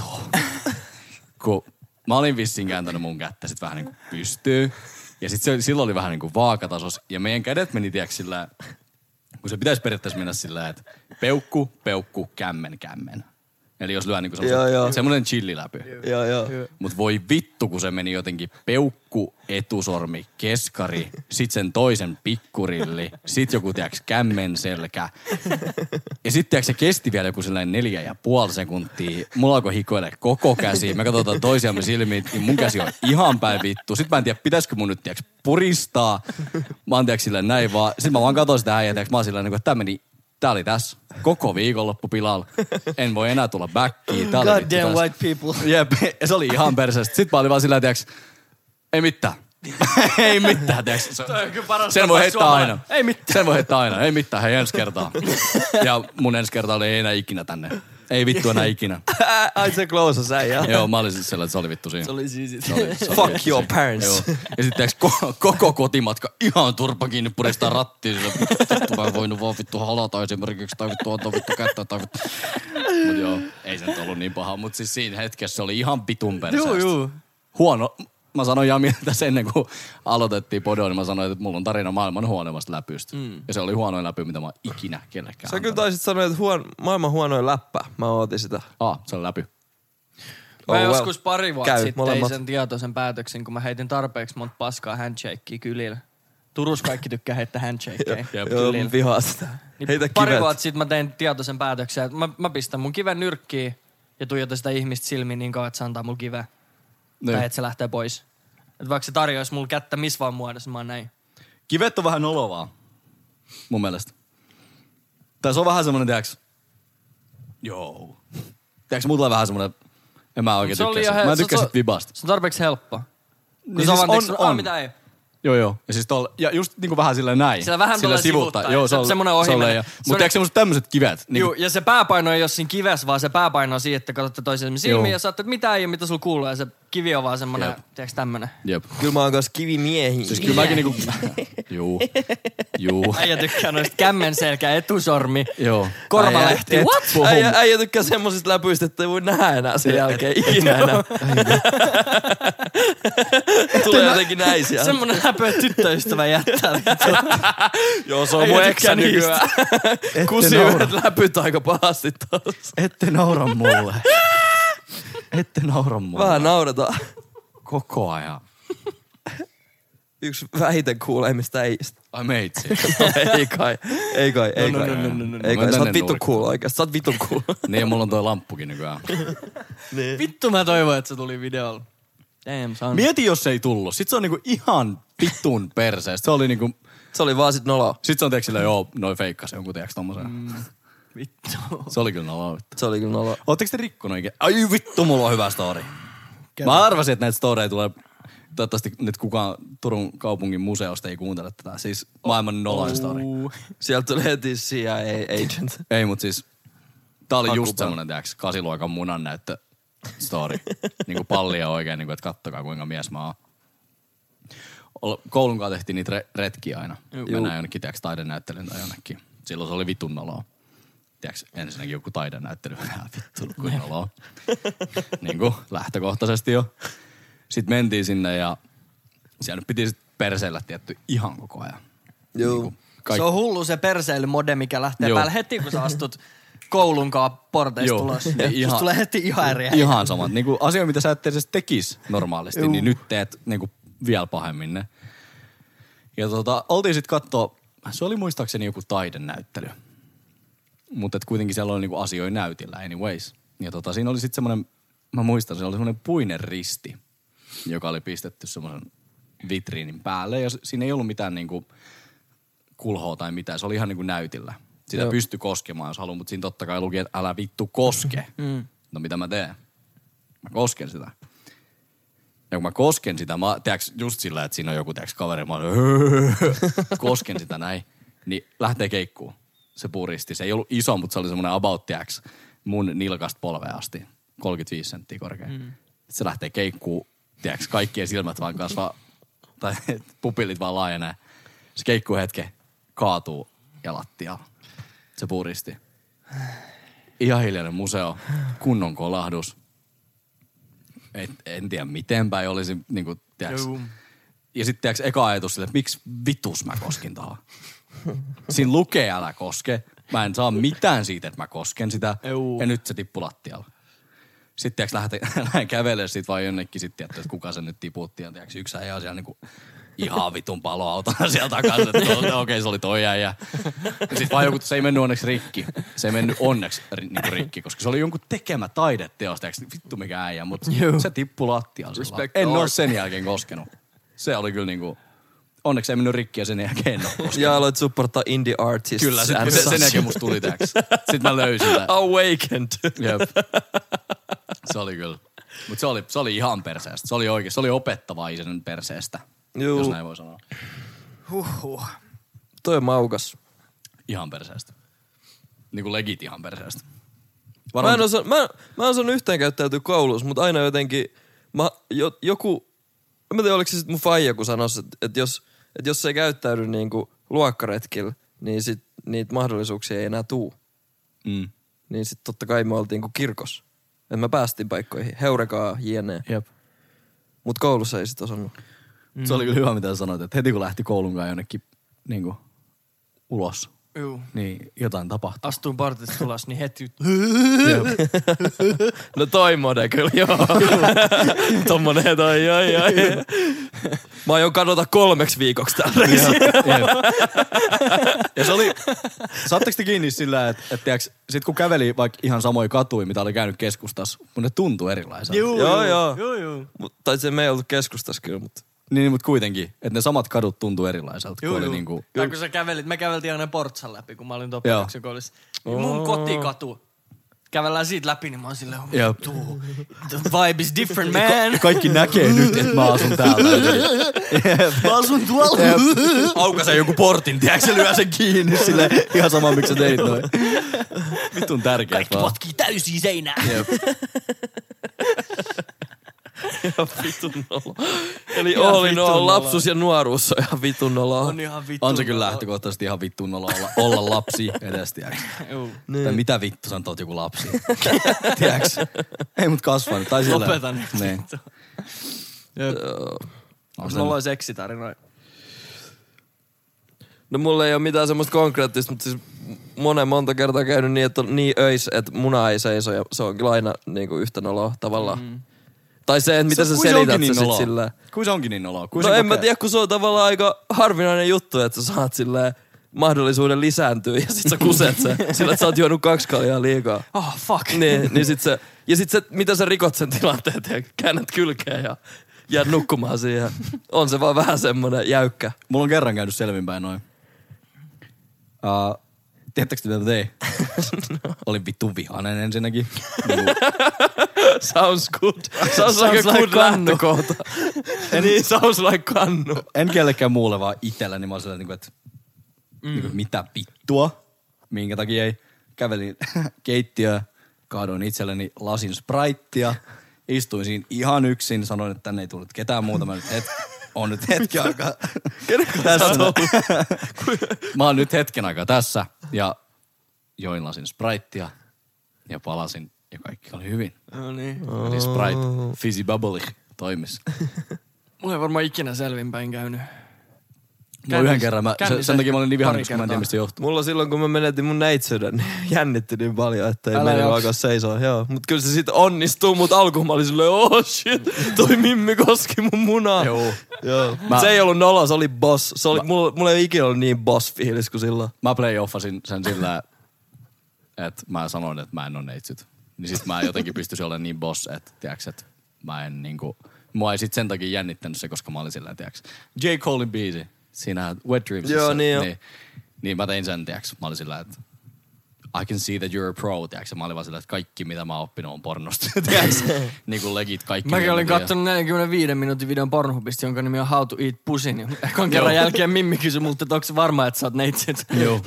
Speaker 2: Kun mä olin vissiin kääntänyt mun kättä sit vähän niinku pystyyn. Ja sit silloin oli vähän niinku vaakatasos. Ja meidän kädet meni tiiäks sillä, kun se pitäisi periaatteessa mennä sillä, että peukku, kämmen. Eli jos lyö niinku semmonen chilliläpy.
Speaker 1: Joo.
Speaker 2: Mut voi vittu, kun se meni jotenkin peukku, etusormi, keskari, sit sen toisen pikkurilli, sit joku tiiäks kämmen selkä. Ja sit tiiäks se kesti vielä joku sellainen 4,5 sekuntia. Mulla alkoi hikoille koko käsi. Me katsotaan toisiamme silmiin, niin mun käsi on ihan päin vittu. Sit mä en tiedä, pitäisikö mun nyt tiiäks puristaa. Mä oon tiiäks silleen näin vaan. Sit mä vaan katsoin sitä äijää, tiiäks mä oon silleen, että tää oli tässä. Koko viikonloppu pilalla. En voi enää tulla backiin.
Speaker 3: God damn white people.
Speaker 2: Jep, se oli ihan perseestä. Sitten mä olin vaan sillä, tiiäks, ei mitään. Ei mitään, tiiäks. Sen voi heittää aina.
Speaker 3: Ei mitään.
Speaker 2: Sen voi heittää aina. Ei mitään, hei ensi kertaa. Ja mun ensi kerta oli ei enää ikinä tänne. Ei vittu enää ikinä.
Speaker 1: Ai se close äijä.
Speaker 2: Joo, mä olin siis sellainen, että se oli vittu siinä.
Speaker 3: Se oli siisit.
Speaker 1: Fuck your parents.
Speaker 2: Joo. Ja sit tiiäks koko kotimatka ihan turpa kiinni puristaa rattiin. Vittu mä en voinut vaan vittu halata esimerkiksi. Tai vittu antaa vittu kättä tai vittu. Mut joo, ei se nyt ollut niin paha. Mut siis siinä hetkessä se oli ihan vitun perseestä.
Speaker 3: Joo.
Speaker 2: Huono. Mä sanoin Jamille tässä ennen kuin aloitettiin podoa, niin mä sanoin, että mulla on tarina maailman huonoimmasta läpystä. Ja se oli huonoin läpy, mitä mä oon ikinä kellekään
Speaker 1: Sä kyllä taisit sanoa, että maailman huonoin läppä. Mä ootin sitä.
Speaker 2: Se on läpy.
Speaker 3: Mä joskus pari vuotta
Speaker 1: Käy,
Speaker 3: sitten
Speaker 1: molemmat.
Speaker 3: tein sen tietoisen päätöksen, kun mä heitin tarpeeksi monta paskaa handshakea kylillä. Turus kaikki tykkää heittää handshakeja
Speaker 2: Jep.
Speaker 1: Joo,
Speaker 3: kylillä.
Speaker 1: mä vihaan sitä.
Speaker 3: Niin
Speaker 1: Heitä
Speaker 3: pari
Speaker 1: kivet.
Speaker 3: vuotta sitten mä tein tietoisen päätöksen, että mä pistän mun kiven nyrkkiin ja tuijotan sitä ihmistä silmiin niin kauan, että se antaa mulle kiveä. Tai että se lähtee pois. Että vaikka se tarjoaisi mulle kättä missä vaan muodossa, mä oon näin.
Speaker 2: Kivet on vähän nolovaa. Mun mielestä. Tai se on vähän semmonen, tiiäks, joo. Tiiäks, mulla tulee vähän semmonen, en mä oikein tykkää siitä. Mä en tykkää sit vibasta.
Speaker 3: Se on tarpeeksi helppo. Kun
Speaker 2: Niin
Speaker 3: se
Speaker 2: siis
Speaker 3: on vaan
Speaker 2: on.
Speaker 3: mitä ei.
Speaker 2: Joo. Ja siis ja just niinku vähän silleen näin.
Speaker 3: Sillä vähän tulee sivuttaa.
Speaker 2: Joo, se on
Speaker 3: semmoinen ohimennen.
Speaker 2: Mutta eikö semmoiset tämmöiset kivet? Niin
Speaker 3: Joo, ja se pääpaino ei ole siinä kivessä, vaan se pääpaino on siinä, että katsotte toisemme silmiin ja saatte, että mitä ei ole, mitä sulla kuuluu. Ja se kivi on vaan semmoinen, tiedätkö tämmönen.
Speaker 2: Jep.
Speaker 1: Kyllä mä oon kanssa kivimiehiä.
Speaker 2: Siis kyllä mäkin niinku... Juu.
Speaker 3: Äijä tykkää noista kämmenselkä, etusormi,
Speaker 2: Joo.
Speaker 3: korvalehti. What?
Speaker 1: Äijä tykkää semmosista läpyistä, että ei voi nähdä enää sen jälkeen. Ikinä enää. Tulee jotenkin näin sieltä.
Speaker 3: Semmonen läpö, että tyttöystävä jättää.
Speaker 1: Joo, se on mun eksä nykyään. Kusi yhdet läpyt aika pahasti tossa.
Speaker 2: Ette naura mulle.
Speaker 1: Vähän nauretaan.
Speaker 2: Koko ajan.
Speaker 1: Yksi vähiten kuuleimmista äijistä.
Speaker 2: Ai meitsi.
Speaker 1: Ei kai. Ei kai. Sä oot vittu cool oikeesti. Sä oot vittu cool.
Speaker 2: Niin ja mulla on toi lamppukin nykyään.
Speaker 1: Niin.
Speaker 3: Vittu mä toivon, että se tuli videolla. Damn, son.
Speaker 2: Mieti, jos se ei tullut. Sitten se on niinku ihan vittun perseestä. Se oli niinku...
Speaker 1: Se oli vaan sit noloa.
Speaker 2: Sitten se on teeksi silleen, joo, noi feikkasi jonkun teeksi tommosen.
Speaker 3: Vittu.
Speaker 2: Se oli kyllä noloa.
Speaker 1: Se oli kyllä noloa.
Speaker 2: Ootteko te rikkonut ikinä? Ai vittu, mulla on hyvä story. Mä arvasin, että näitä storeja tulee... Toivottavasti nyt kukaan Turun kaupungin museosta ei kuuntele tätä. Siis maailman noloin story.
Speaker 1: Sieltä tuli heti CIA agent.
Speaker 2: Ei, mut siis... Tää oli just semmonen, tiiäks, 8-luokan munannäyttö story. Niinku pallia oikein, niinku, että kattokaa kuinka mies mä oon. Koulun kanssa tehtiin niitä retkiä aina. Mennään jonnekin, tiiäks, taidenäyttelyyn tai jonnekin. Silloin se oli vitun noloa. Tiiäks, ensinnäkin joku taidenäyttely. Vittu, kuin noloa. Niinku, lähtökohtaisesti jo. Sitten mentiin sinne ja siellä nyt piti sit perseillä tietty ihan koko ajan.
Speaker 1: Joo.
Speaker 2: Niinku,
Speaker 3: Se on hullu se perseilymode, mikä lähtee päälle heti, kun sä astut koulunkaan porteista ulos. Susta tulee heti ihan eri.
Speaker 2: Ihan samat. Niinku asioita, mitä sä et edes tekis normaalisti, niin nyt teet niinku vielä pahemmin ne. Ja oltiin sit kattoo, se oli muistaakseni joku taidenäyttely. Mutta kuitenkin siellä oli niinku asioita näytillä anyways. Ja siinä oli sit semmonen, mä muistan, se oli semmonen puinen risti, joka oli pistetty semmoisen vitriinin päälle. Ja siinä ei ollut mitään niinku kulhoa tai mitään, se oli ihan niinku näytillä. Sitä pystyi koskemaan, jos haluaa, mutta siinä totta kai luki, että älä vittu koske. No mitä mä teen? Mä kosken sitä. Ja kun mä kosken sitä, tiiäks, just sillä, että siinä on joku kaveri, mä kosken sitä näin, niin lähtee keikkuun. Se puristi. Se ei ollut iso, mutta se oli semmoinen about, tiiäks, mun nilkasta polvea asti. 35 senttiä korkea. Se lähtee keikkuun, tiiäks, kaikkien silmät vaan kasvaa, tai pupillit vaan laajenee. Se keikkuu hetken, kaatuu ja lattialla. Se puristi. Ihan hiljainen museo, kunnon kolahdus. En tiedä miten päin olisi, niinku, tiiäks. Ja sitten tiiäks, eka ajatus sille, että miksi vitus mä koskin tuohon. Siinä lukee älä koske. Mä en saa mitään siitä, että mä kosken sitä. Ja nyt se tippui lattialla. Sitten tiiäks, lähdetään kävelemään sit vaan jonnekin sit, että kuka se nyt tiputti. Ja tiiäks, yksi äijä on siellä niinku ihan vitun paloautona sieltä takaisin, että okei, se oli toi äijä. Sitten vaan joku, se ei mennyt onneksi rikki. Se ei mennyt onneksi niinku rikki, koska se oli jonkun tekemä taideteos, tiiäks, vittu mikä äijä, mutta se tippui lattialla. En ole sen jälkeen koskenut. Se oli kyllä niinku, onneksi ei mennyt rikki ja sen jälkeen en ole koskenut.
Speaker 1: Ja aloit supporttaa indie artists.
Speaker 2: Kyllä, sen jälkeen musta tuli tiiäks. Sitten mä löysin tämän.
Speaker 1: Awakened.
Speaker 2: Jep. Se oli kyllä. Mutta se oli ihan perseestä. Se oli opettavaisen perseestä.
Speaker 1: Juu.
Speaker 2: Jos näin voi sanoa.
Speaker 1: Toi on maukas.
Speaker 2: Ihan perseestä. Niinku legit ihan perseestä.
Speaker 1: Mä en osannut yhteen käyttäytyä koulussa, mutta aina jotenkin joku, en tiedä oliko se sit mun faija, kun sanoisi, että jos se ei käyttäydy niinku luokkaretkillä, niin sit niitä mahdollisuuksia ei enää tuu. Niin sit totta kai me oltiin kuin kirkossa. Että mä päästiin paikkoihin. Heurekaa, jne.
Speaker 2: Jep.
Speaker 1: Mut koulussa ei sit osannut.
Speaker 2: Se oli kyllä hyvä, mitä sanoit, että heti kun lähti koulunkaan jonnekin niinku ulos, niin jotain tapahtui.
Speaker 3: Astuin partista ulos, niin heti...
Speaker 1: No toi mode kyllä, joo. Tommonen toi, joo. Mä aion kadota 3 viikoksi tällä.
Speaker 2: Ja se oli, saatteko te kiinni sillä, että tiiäks, sit kun käveli vaikka ihan samoja katuja, mitä oli käynyt keskustassa, mun ne tuntui erilaiselta.
Speaker 1: Joo. Tai se me ei ollut keskustassa kyllä, mutta...
Speaker 2: Niin, mutta kuitenkin, että ne samat kadut tuntuu erilaiselta. Oli niinku...
Speaker 3: Tai kun sä kävelit, me käveltiin aina Portsan läpi, kun mä olin Topelaksen koulussa. Mun kotikatu kävellään siitä läpi, niin mä oon silleen,
Speaker 2: Jep.
Speaker 3: the vibe is different, man.
Speaker 2: Kaikki näkee nyt, että mä asun täällä.
Speaker 3: Mä asun tuolla.
Speaker 2: Aukasen joku portin, tiedätkö, se lyö sen kiinni silleen. Ihan sama, miksi sä teit noin. Vitun tärkeät
Speaker 3: Kaikki
Speaker 2: vaan.
Speaker 3: potkii täysiä seinään.
Speaker 2: Jep.
Speaker 1: Ihan vitun nolo. Eli all in all, lapsuus ja nuoruus on ihan vitun nolo.
Speaker 3: On ihan vitun
Speaker 2: On se kyllä lähtökohtaisesti ihan vittuun olla lapsi edes, tiedätkö? Tai mitä vittu sä oot joku lapsi? Tiedätkö? Ei mut kasvanut. Tai silleen.
Speaker 3: Lopetan nyt.
Speaker 2: Niin.
Speaker 3: Onko mulla olisi seksitarinoita?
Speaker 1: No mulla ei ole mitään semmoista konkreettista, mutta siis monta kertaa käynyt niin, että on niin öis, että muna ei seiso ja se on kyllä aina niinku yhtä noloa tavallaan. Tai se, että miten sä selität se sit silleen.
Speaker 2: Kuin se onkin niin noloa?
Speaker 1: No en mä tiedä, kun se on tavallaan aika harvinainen juttu, että sä saat silleen mahdollisuuden lisääntyä ja sit sä kuset se sillä, että sä oot juonut 2 kaljaa liikaa.
Speaker 3: Oh, fuck.
Speaker 1: Niin sit se, ja sit se, mitä sä rikot sen tilanteen ja käännät kylkeen ja jäät nukkumaan siihen. On se vaan vähän semmonen jäykkä.
Speaker 2: Mulla on kerran käynyt selvinpäin noin. Tiedättekö te, mitä tein? Olin vittu vihainen ensinnäkin.
Speaker 1: Sounds good. Sounds like a good lähtökohta. Niin, sounds like kannu.
Speaker 2: En kellekään muulle, vaan itsellä, mä olin sellainen, että mitä vittua, minkä takia ei. Kävelin keittiöön, kaadoin itselleni lasin Spritea, istuin siinä ihan yksin, sanoin, että tänne ei tullut ketään muuta. On nyt hetken aikaa tässä. Mä oon nyt hetken aikaa tässä ja join lasin Spritea ja palasin ja kaikki oli hyvin.
Speaker 3: No niin.
Speaker 2: Eli Sprite, fizzy bubbly toimis.
Speaker 3: Mulla ei varmaan ikinä selvinpäin käynyt.
Speaker 2: Mulla yhden kerran, sen takia mä olin niin vihainen, koska mä en tiedä mistä se johtuu.
Speaker 1: Mulla silloin, kun mä menetin mun neitsyyden, niin jännitti niin paljon, että ei mennyt alkaa seisoa. Joo. Mut kyllä se sit onnistuu, mut alkuun mä olin silleen, oh shit, toi Mimmi koski mun munaa.
Speaker 2: Joo.
Speaker 1: Se ei ollut nolo, se oli boss. Se oli, mulla ei ikinä ollut niin boss-fiilis kuin silloin.
Speaker 2: Mä playoffasin sen sillä, että mä sanoin, että mä en oo neitsyt. Niin sit mä jotenkin pystyisin olemaan niin boss, että tiiäks, että mä en niinku... Mua ei sit sen takia jännittänyt se, koska mä olin sillä, tiiäks. J. Colein biisi. Siinä Wet Dreamsissa.
Speaker 1: Joo, niin jo.
Speaker 2: Niin mä tein sen, tiiäks. Mä olin sillä, että I can see that you're a pro, tiiäks. Mä olin vaan sillä, että kaikki mitä mä oon oppinut on pornosta, tiiäks. Niinku legit kaikki.
Speaker 3: Mäkin olin kattonut 45 minuutin videon Pornhubista, jonka nimi on How to Eat Pussy. Ekan kerran jälkeen Mimmi kysyi multa, että onko se varma, että sä oot neitsyt.
Speaker 2: Joo.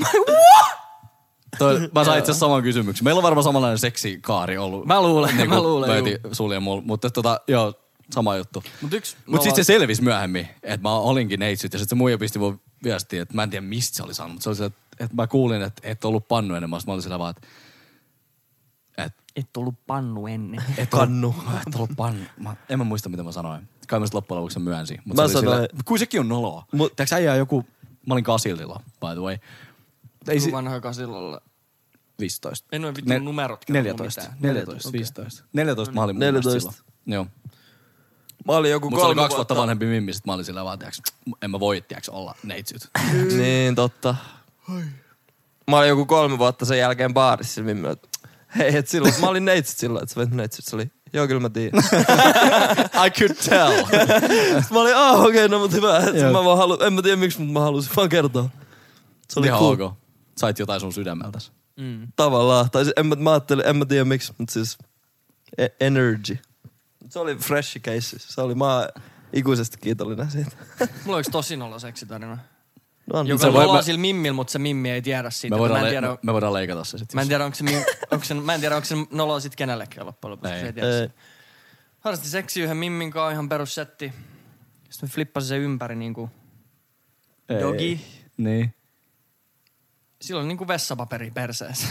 Speaker 2: Mä sain itse asiassa saman kysymyksen. Meillä on varmaan samanlainen seksikaari ollut.
Speaker 3: Mä luulen,
Speaker 2: niin
Speaker 3: mä luulen.
Speaker 2: Sulla ja mulla. Mutta joo, sama juttu.
Speaker 3: Mut
Speaker 2: sit se selvisi myöhemmin, että mä olinkin neitsyt. Ja sit se muija pisti mun viestiä, että mä en tiedä mistä se oli saanut. Mutta se oli sillä, että mä kuulin, että et ollut pannu ennen. Mä olin sillä vaan, että
Speaker 3: et ollut pannu ennen.
Speaker 2: Et ollut pannu. En mä muista, mitä mä sanoin. Kai mä sit loppujen lopuksi myönsin.
Speaker 1: Mä sanoin...
Speaker 2: Kuin sekin on noloa. Tiedätkö äijää joku... Mä olin Kasililla, by the way.
Speaker 3: Ei vanha Kasilalla.
Speaker 2: 15.
Speaker 3: En ole vittu numerot.
Speaker 2: 14. 15. 14 mä olin mun
Speaker 1: 14.
Speaker 2: Joo.
Speaker 1: Mä olin joku 3
Speaker 2: vuotta. 2 vuotta vanhempi Mimmi, sit mä olin sillä vaan, tiiäks, en mä voi, tiiäks, olla neitsyt.
Speaker 1: Niin, totta. Mä olin joku 3 vuotta sen jälkeen baarissa Mimmi, että hei, et silloin, mä olin neitsyt silloin, että sä veit neitsyt, se oli, joo, kyllä mä tiedän.
Speaker 2: I could tell.
Speaker 1: Sitten mä olin, okei, no mut hyvä, mä vaan en mä tiedä miksi, mutta mä halusin vaan kertoa. Se oli
Speaker 2: ihan
Speaker 1: cool.
Speaker 2: ok. Sait jotain sun sydämeltäs.
Speaker 1: Tavallaan, tai mä ajattelin, en mä tiedä miksi, mutta siis energy. Se oli fresh case, se oli, mä oon ikuisesti kiitollinen siitä.
Speaker 3: Mulla on yksi tosi nolla seksitarina.
Speaker 1: No,
Speaker 3: joka ollaan sillä Mimmillä, mutta se Mimmi ei tiedä siitä.
Speaker 2: Me voidaan leikata se sitten.
Speaker 3: Mä en tiedä, onko se noloa sit kenellekään loppujen lopuksi.
Speaker 1: Ei.
Speaker 3: Harrasti seksi yhden Mimmin kanssa, ihan perussetti. Sitten me flippasin sen ympäri niinku dogi.
Speaker 2: Niin.
Speaker 3: Silloin niinku vessapaperi perseessä.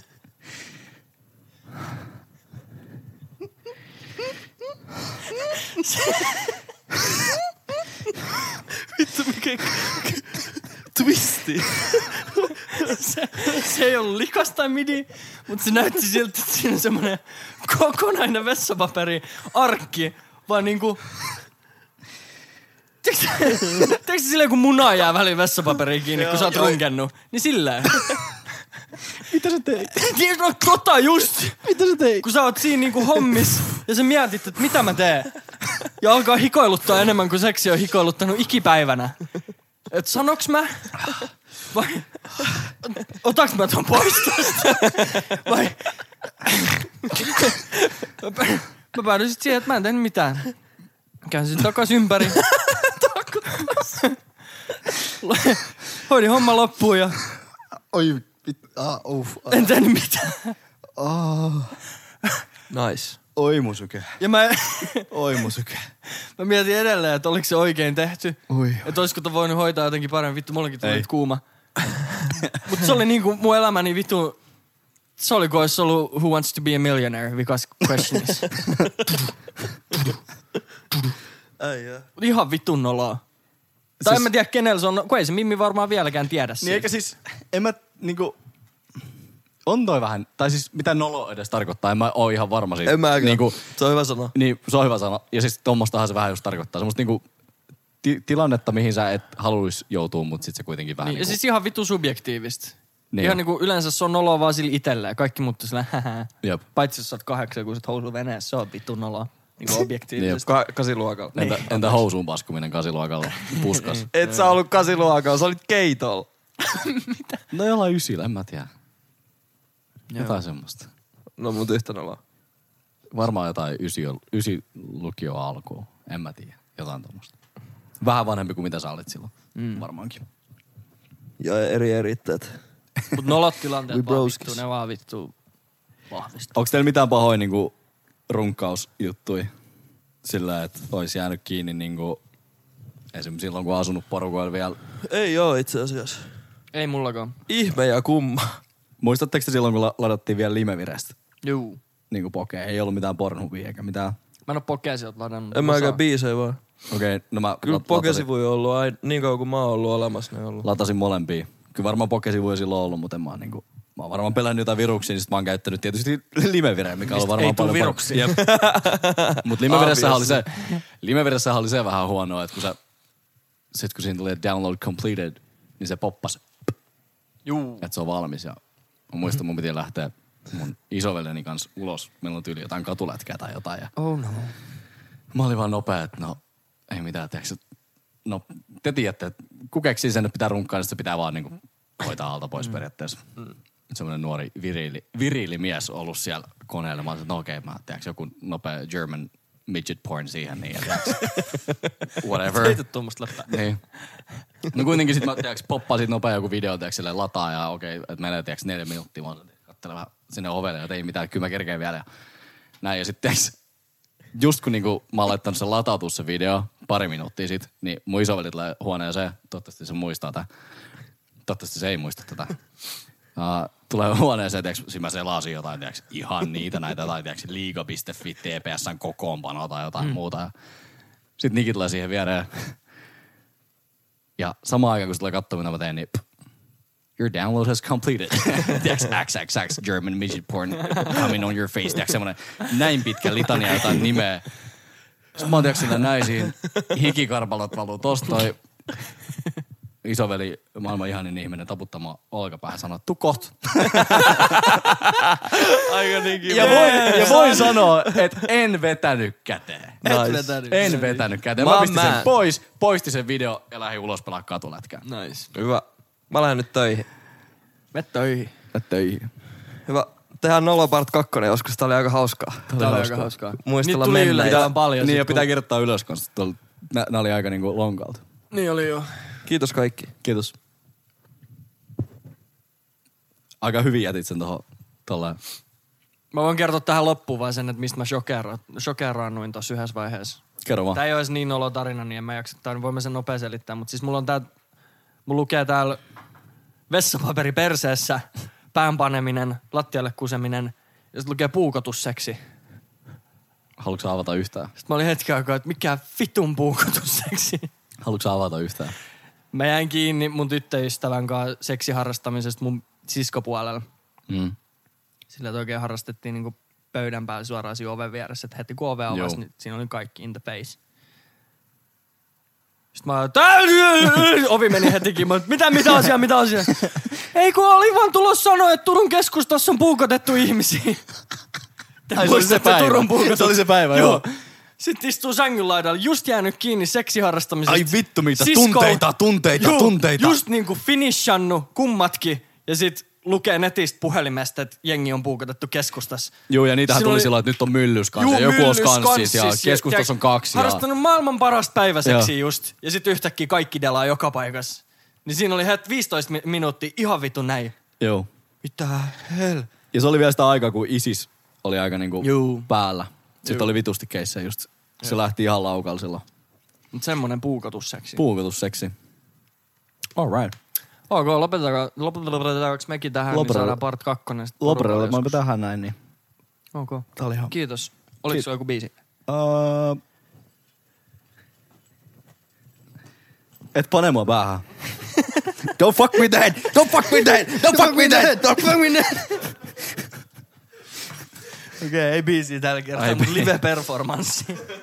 Speaker 1: Vittu mikä twisti.
Speaker 3: Se ei ollut likas tai midi, mutta se näytti siltä, että siinä on semmoinen kokonainen vessapaperi arkki, vaan niinku... Tiedätkö silleen, kun muna jää väliin vessapaperiin kiinni, kun sä oot runkennut? Niin silleen.
Speaker 2: Mitä sä teit?
Speaker 3: No tota just!
Speaker 2: Mitä sä teit?
Speaker 3: Kun sä oot siinä niinku hommis ja sä mietit, että mitä mä teen. Ja alkaa hikoiluttaa enemmän kuin seksi on hikoiluttanut ikipäivänä. Et sanoks mä? Vai otaks mä ton pois tästä? Vai Mä päädyin sit siihen, että mä en tehnyt mitään. Käänsin takas ympäri. Hoidin homma loppuun ja...
Speaker 2: Oi,
Speaker 3: En tehnyt mitään.
Speaker 1: Nice.
Speaker 2: Oi musuke.
Speaker 3: Ja mä mietin edelleen, että oliko se oikein tehty.
Speaker 2: Oi.
Speaker 3: Että olisiko voinut hoitaa jotenkin paremmin. Vittu, mullekin tuli kuuma. Mutta se oli niinku mun elämäni vittu... Se oli kun olisi ollut Who Wants to be a Millionaire, vikas questionis. Ihan vitun noloa. Tai en mä tiedä kenellä se on, kun ei se Mimmi varmaan vieläkään tiedä siitä.
Speaker 2: Niin eikä siis, en mä niinku... On toi vähän, tai siis mitä nolo edes tarkoittaa, en mä oo ihan varma siitä.
Speaker 1: En mäkään.
Speaker 2: Niinku,
Speaker 1: se on hyvä sana.
Speaker 2: Niin, se on hyvä sana. Ja siis tommostahan se vähän just tarkoittaa. Semmosta niinku tilannetta, mihin sä et haluis joutua, mut sit se kuitenkin vähän
Speaker 3: niin,
Speaker 2: niinku...
Speaker 3: Ja siis ihan vittu subjektiivista.
Speaker 2: Niin
Speaker 3: ihan
Speaker 2: on.
Speaker 3: niinku yleensä se on noloa vaan sillä itselleen. Kaikki muut on silleen
Speaker 2: Jep.
Speaker 3: Paitsi jos sä oot 8, kun sä oot housu veneessä, se on vittu noloa. Niinku objektiivisesti.
Speaker 1: Kasiluokalla.
Speaker 2: Entä housuun paskuminen 8-luokalla puskas?
Speaker 1: Et sä ollut 8-luokalla, sä olit keitolla.
Speaker 2: No jollain 9, en mä tiedä. Jotain semmoista.
Speaker 1: No mut yhtä noloa.
Speaker 2: Varmaan jotain 9 lukio alkuun. En mä tiedä. Jotain tommoista. Vähän vanhempi kuin mitä sä olit silloin. Varmaankin.
Speaker 1: Ja eri eritteet.
Speaker 3: Mut nolot tilanteet vaan
Speaker 1: broskis.
Speaker 3: vittu, ne vaan vittu vahvistuu.
Speaker 2: Onko teillä mitään pahoin niinku runkkausjuttui? Sillä, että olisi jäänyt kiinni niinku... Esimerkiksi silloin, kun on asunut porukoilla vielä.
Speaker 1: Ei oo itse asiassa.
Speaker 3: Ei mullakaan.
Speaker 1: Ihme ja kumma.
Speaker 2: Muistatteko te silloin, kun ladattiin vielä Limevirestä?
Speaker 3: Juu.
Speaker 2: Niinku pokea. Ei ollut mitään Pornhubia eikä mitään.
Speaker 3: Mä en oo pokea sieltä ladannut.
Speaker 1: En mäkään biisejä vaan.
Speaker 2: Okei, no mä
Speaker 1: Kyllä pokesivuja on ollut niin kauan kuin mä oon ollut olemassa, ne on ollut.
Speaker 2: latasin molempia. Kyllä varmaan pokesivuja silloin ollut, mutta mä oon varmaan pelännyt jotain viruksia, niin sit mä oon käyttänyt tietysti Limevireä, mikä on varmaan paljon
Speaker 3: viruksia.
Speaker 2: Mutta Limeviressähän oli se vähän huonoa, että kun siinä tuli download completed, niin se poppasi.
Speaker 3: Juu.
Speaker 2: Että se on valmis. Ja mä muistan, mun piti lähteä mun isoveljeni kanssa ulos. Meillä on tyyli jotain katulätkää tai jotain. Ja
Speaker 3: Oh no.
Speaker 2: mä olin vaan nopea, että no ei mitään, tiedätkö. No te tiedätte, että kun keksii sen, että pitää runkkaa, niin se pitää vaan niinku hoitaa alta pois periaatteessa. Semmoinen nuori viriili mies ollut siellä koneella. Mä olin, että no okei, mä tiedätkö joku nopea German midget porn siihen, niin whatever.
Speaker 3: Teitit tuommoista läppää.
Speaker 2: Niin. No kuitenkin sit mä poppaan siitä nopea joku video, lataa ja okei, että menee 4 minuuttia. Mä katselen vähän sinne ovelle, että ei mitään, kyllä mä kerkeen vielä. Ja näin, ja sitten just kun niinku mä oon laittanut sen latautua se video, 2 minuuttia sit, niin mun isoveli tulee huoneeseen, toivottavasti se muistaa tätä. Toivottavasti se ei muista tätä. Tulee huoneeseen, siinä mä selasin jotain, ihan niitä näitä, tai liiga.fi, TPS:n kokoonpano tai jotain muuta. Ja sit Niki tulee siihen viereen. Ja samaan aikaan, kun se tulee katsomaan, mitä mä teen, niin your download has completed. XXX German midget porn coming on your face. Semmoinen näin pitkä litania jotain nimeä. Sitten mä oon sillä näin siinä, hikikarpalot valuu tosta toi isoveli, maailman ihanin ihminen, taputtamaan olkapäähän sanoo, tuu koht.
Speaker 1: Aika niin kiva.
Speaker 2: Ja voin sanoa, että en vetänyt käteen. En vetänyt käteen. Mä pistin sen pois, poistin sen video ja lähdin ulos pelaa katulätkää.
Speaker 3: Nice.
Speaker 1: Hyvä. Mä lähden nyt töihin.
Speaker 3: Mene töihin.
Speaker 1: Hyvä. Tehdään Nolopart 2 joskus. Tää oli aika hauskaa.
Speaker 3: Tää oli aika hauskaa.
Speaker 1: Muistella
Speaker 3: Niitä tuli
Speaker 1: mennä.
Speaker 3: yllättävän paljon.
Speaker 2: Niin ja pitää kirjoittaa ylös, koska nää oli aika niinku lonkalta.
Speaker 3: Niin oli joo.
Speaker 1: Kiitos kaikki.
Speaker 2: Kiitos. Aika hyvin jätit sen tolleen.
Speaker 3: Mä voin kertoa tähän loppuun vaan sen, että mistä mä shokeraannuin tossa yhdessä vaiheessa.
Speaker 2: Kerro vaan.
Speaker 3: Tää ei olisi niin olo tarina, niin en mä jaksa, tai voimme sen nopea selittää, mutta siis mulla lukee täällä vessapaperi perseessä, päänpaneminen, lattialle kuseminen, ja sit lukee puukotusseksi.
Speaker 2: Haluatko sä avata yhtään?
Speaker 3: Sitten mä olin hetken aikaa, että mikä vitun puukotusseksi.
Speaker 2: Haluatko sä avata yhtään?
Speaker 3: Mä jäin kiinni mun tyttöystävän kanssa seksiharrastamisesta mun siskopuolella. Sillä oikein harrastettiin niinku pöydän päällä suoraan siinä oven vieressä, että heti kun ove avasi, niin siinä oli kaikki in the face. Sitten mä ovi meni hetikin, mä mitä asiaa? Ei kun oli vaan tulos sanoa, että Turun keskustassa on puukotettu ihmisiä.
Speaker 2: Ai, se oli se päivä.
Speaker 3: Turun puukotus.
Speaker 2: Se oli se päivä, joo.
Speaker 3: Sitten istuu sängyn laidalla, just jäänyt kiinni seksiharrastamisesta.
Speaker 2: Ai vittu mitä, tunteita.
Speaker 3: Just niinku finishannu kummatkin. Ja sit lukee netistä puhelimesta, että jengi on puukotettu keskustassa.
Speaker 2: Joo, ja niitähän
Speaker 3: Silloin
Speaker 2: tuli
Speaker 3: oli-
Speaker 2: silloin, että nyt on myllys kanssa. Joku olisi kanssis ja keskustassa on 2.
Speaker 3: Harrastanut maailman parasta päiväseksiä just. Ja sitten yhtäkkiä kaikki delaa joka paikassa. Niin siinä oli 15 minuuttia ihan vittu näin.
Speaker 2: Joo.
Speaker 3: Mitä hell?
Speaker 2: Ja se oli vielä sitä aikaa, kun ISIS oli aika niinku
Speaker 3: Juu.
Speaker 2: päällä. Sitten
Speaker 3: Juu.
Speaker 2: oli vitusti keissejä just. Se lähti ihan laukalla silloin.
Speaker 3: Mut semmonen puukotusseksi.
Speaker 2: Puukotusseksi. All right.
Speaker 3: Ok, lopetetaanko mekin tähän, niin saadaan part 2.
Speaker 2: Loprelle, mä tähän näin, niin.
Speaker 3: Ok.
Speaker 2: Tää oli ihan...
Speaker 3: Kiitos. Oliko sulla joku biisi?
Speaker 2: Et pane mua päähän. Don't fuck with that! Don't fuck with that! Don't fuck with that!
Speaker 3: Don't fuck with that! Okei, ei biisi tällä kertaa, mutta live-performanssi.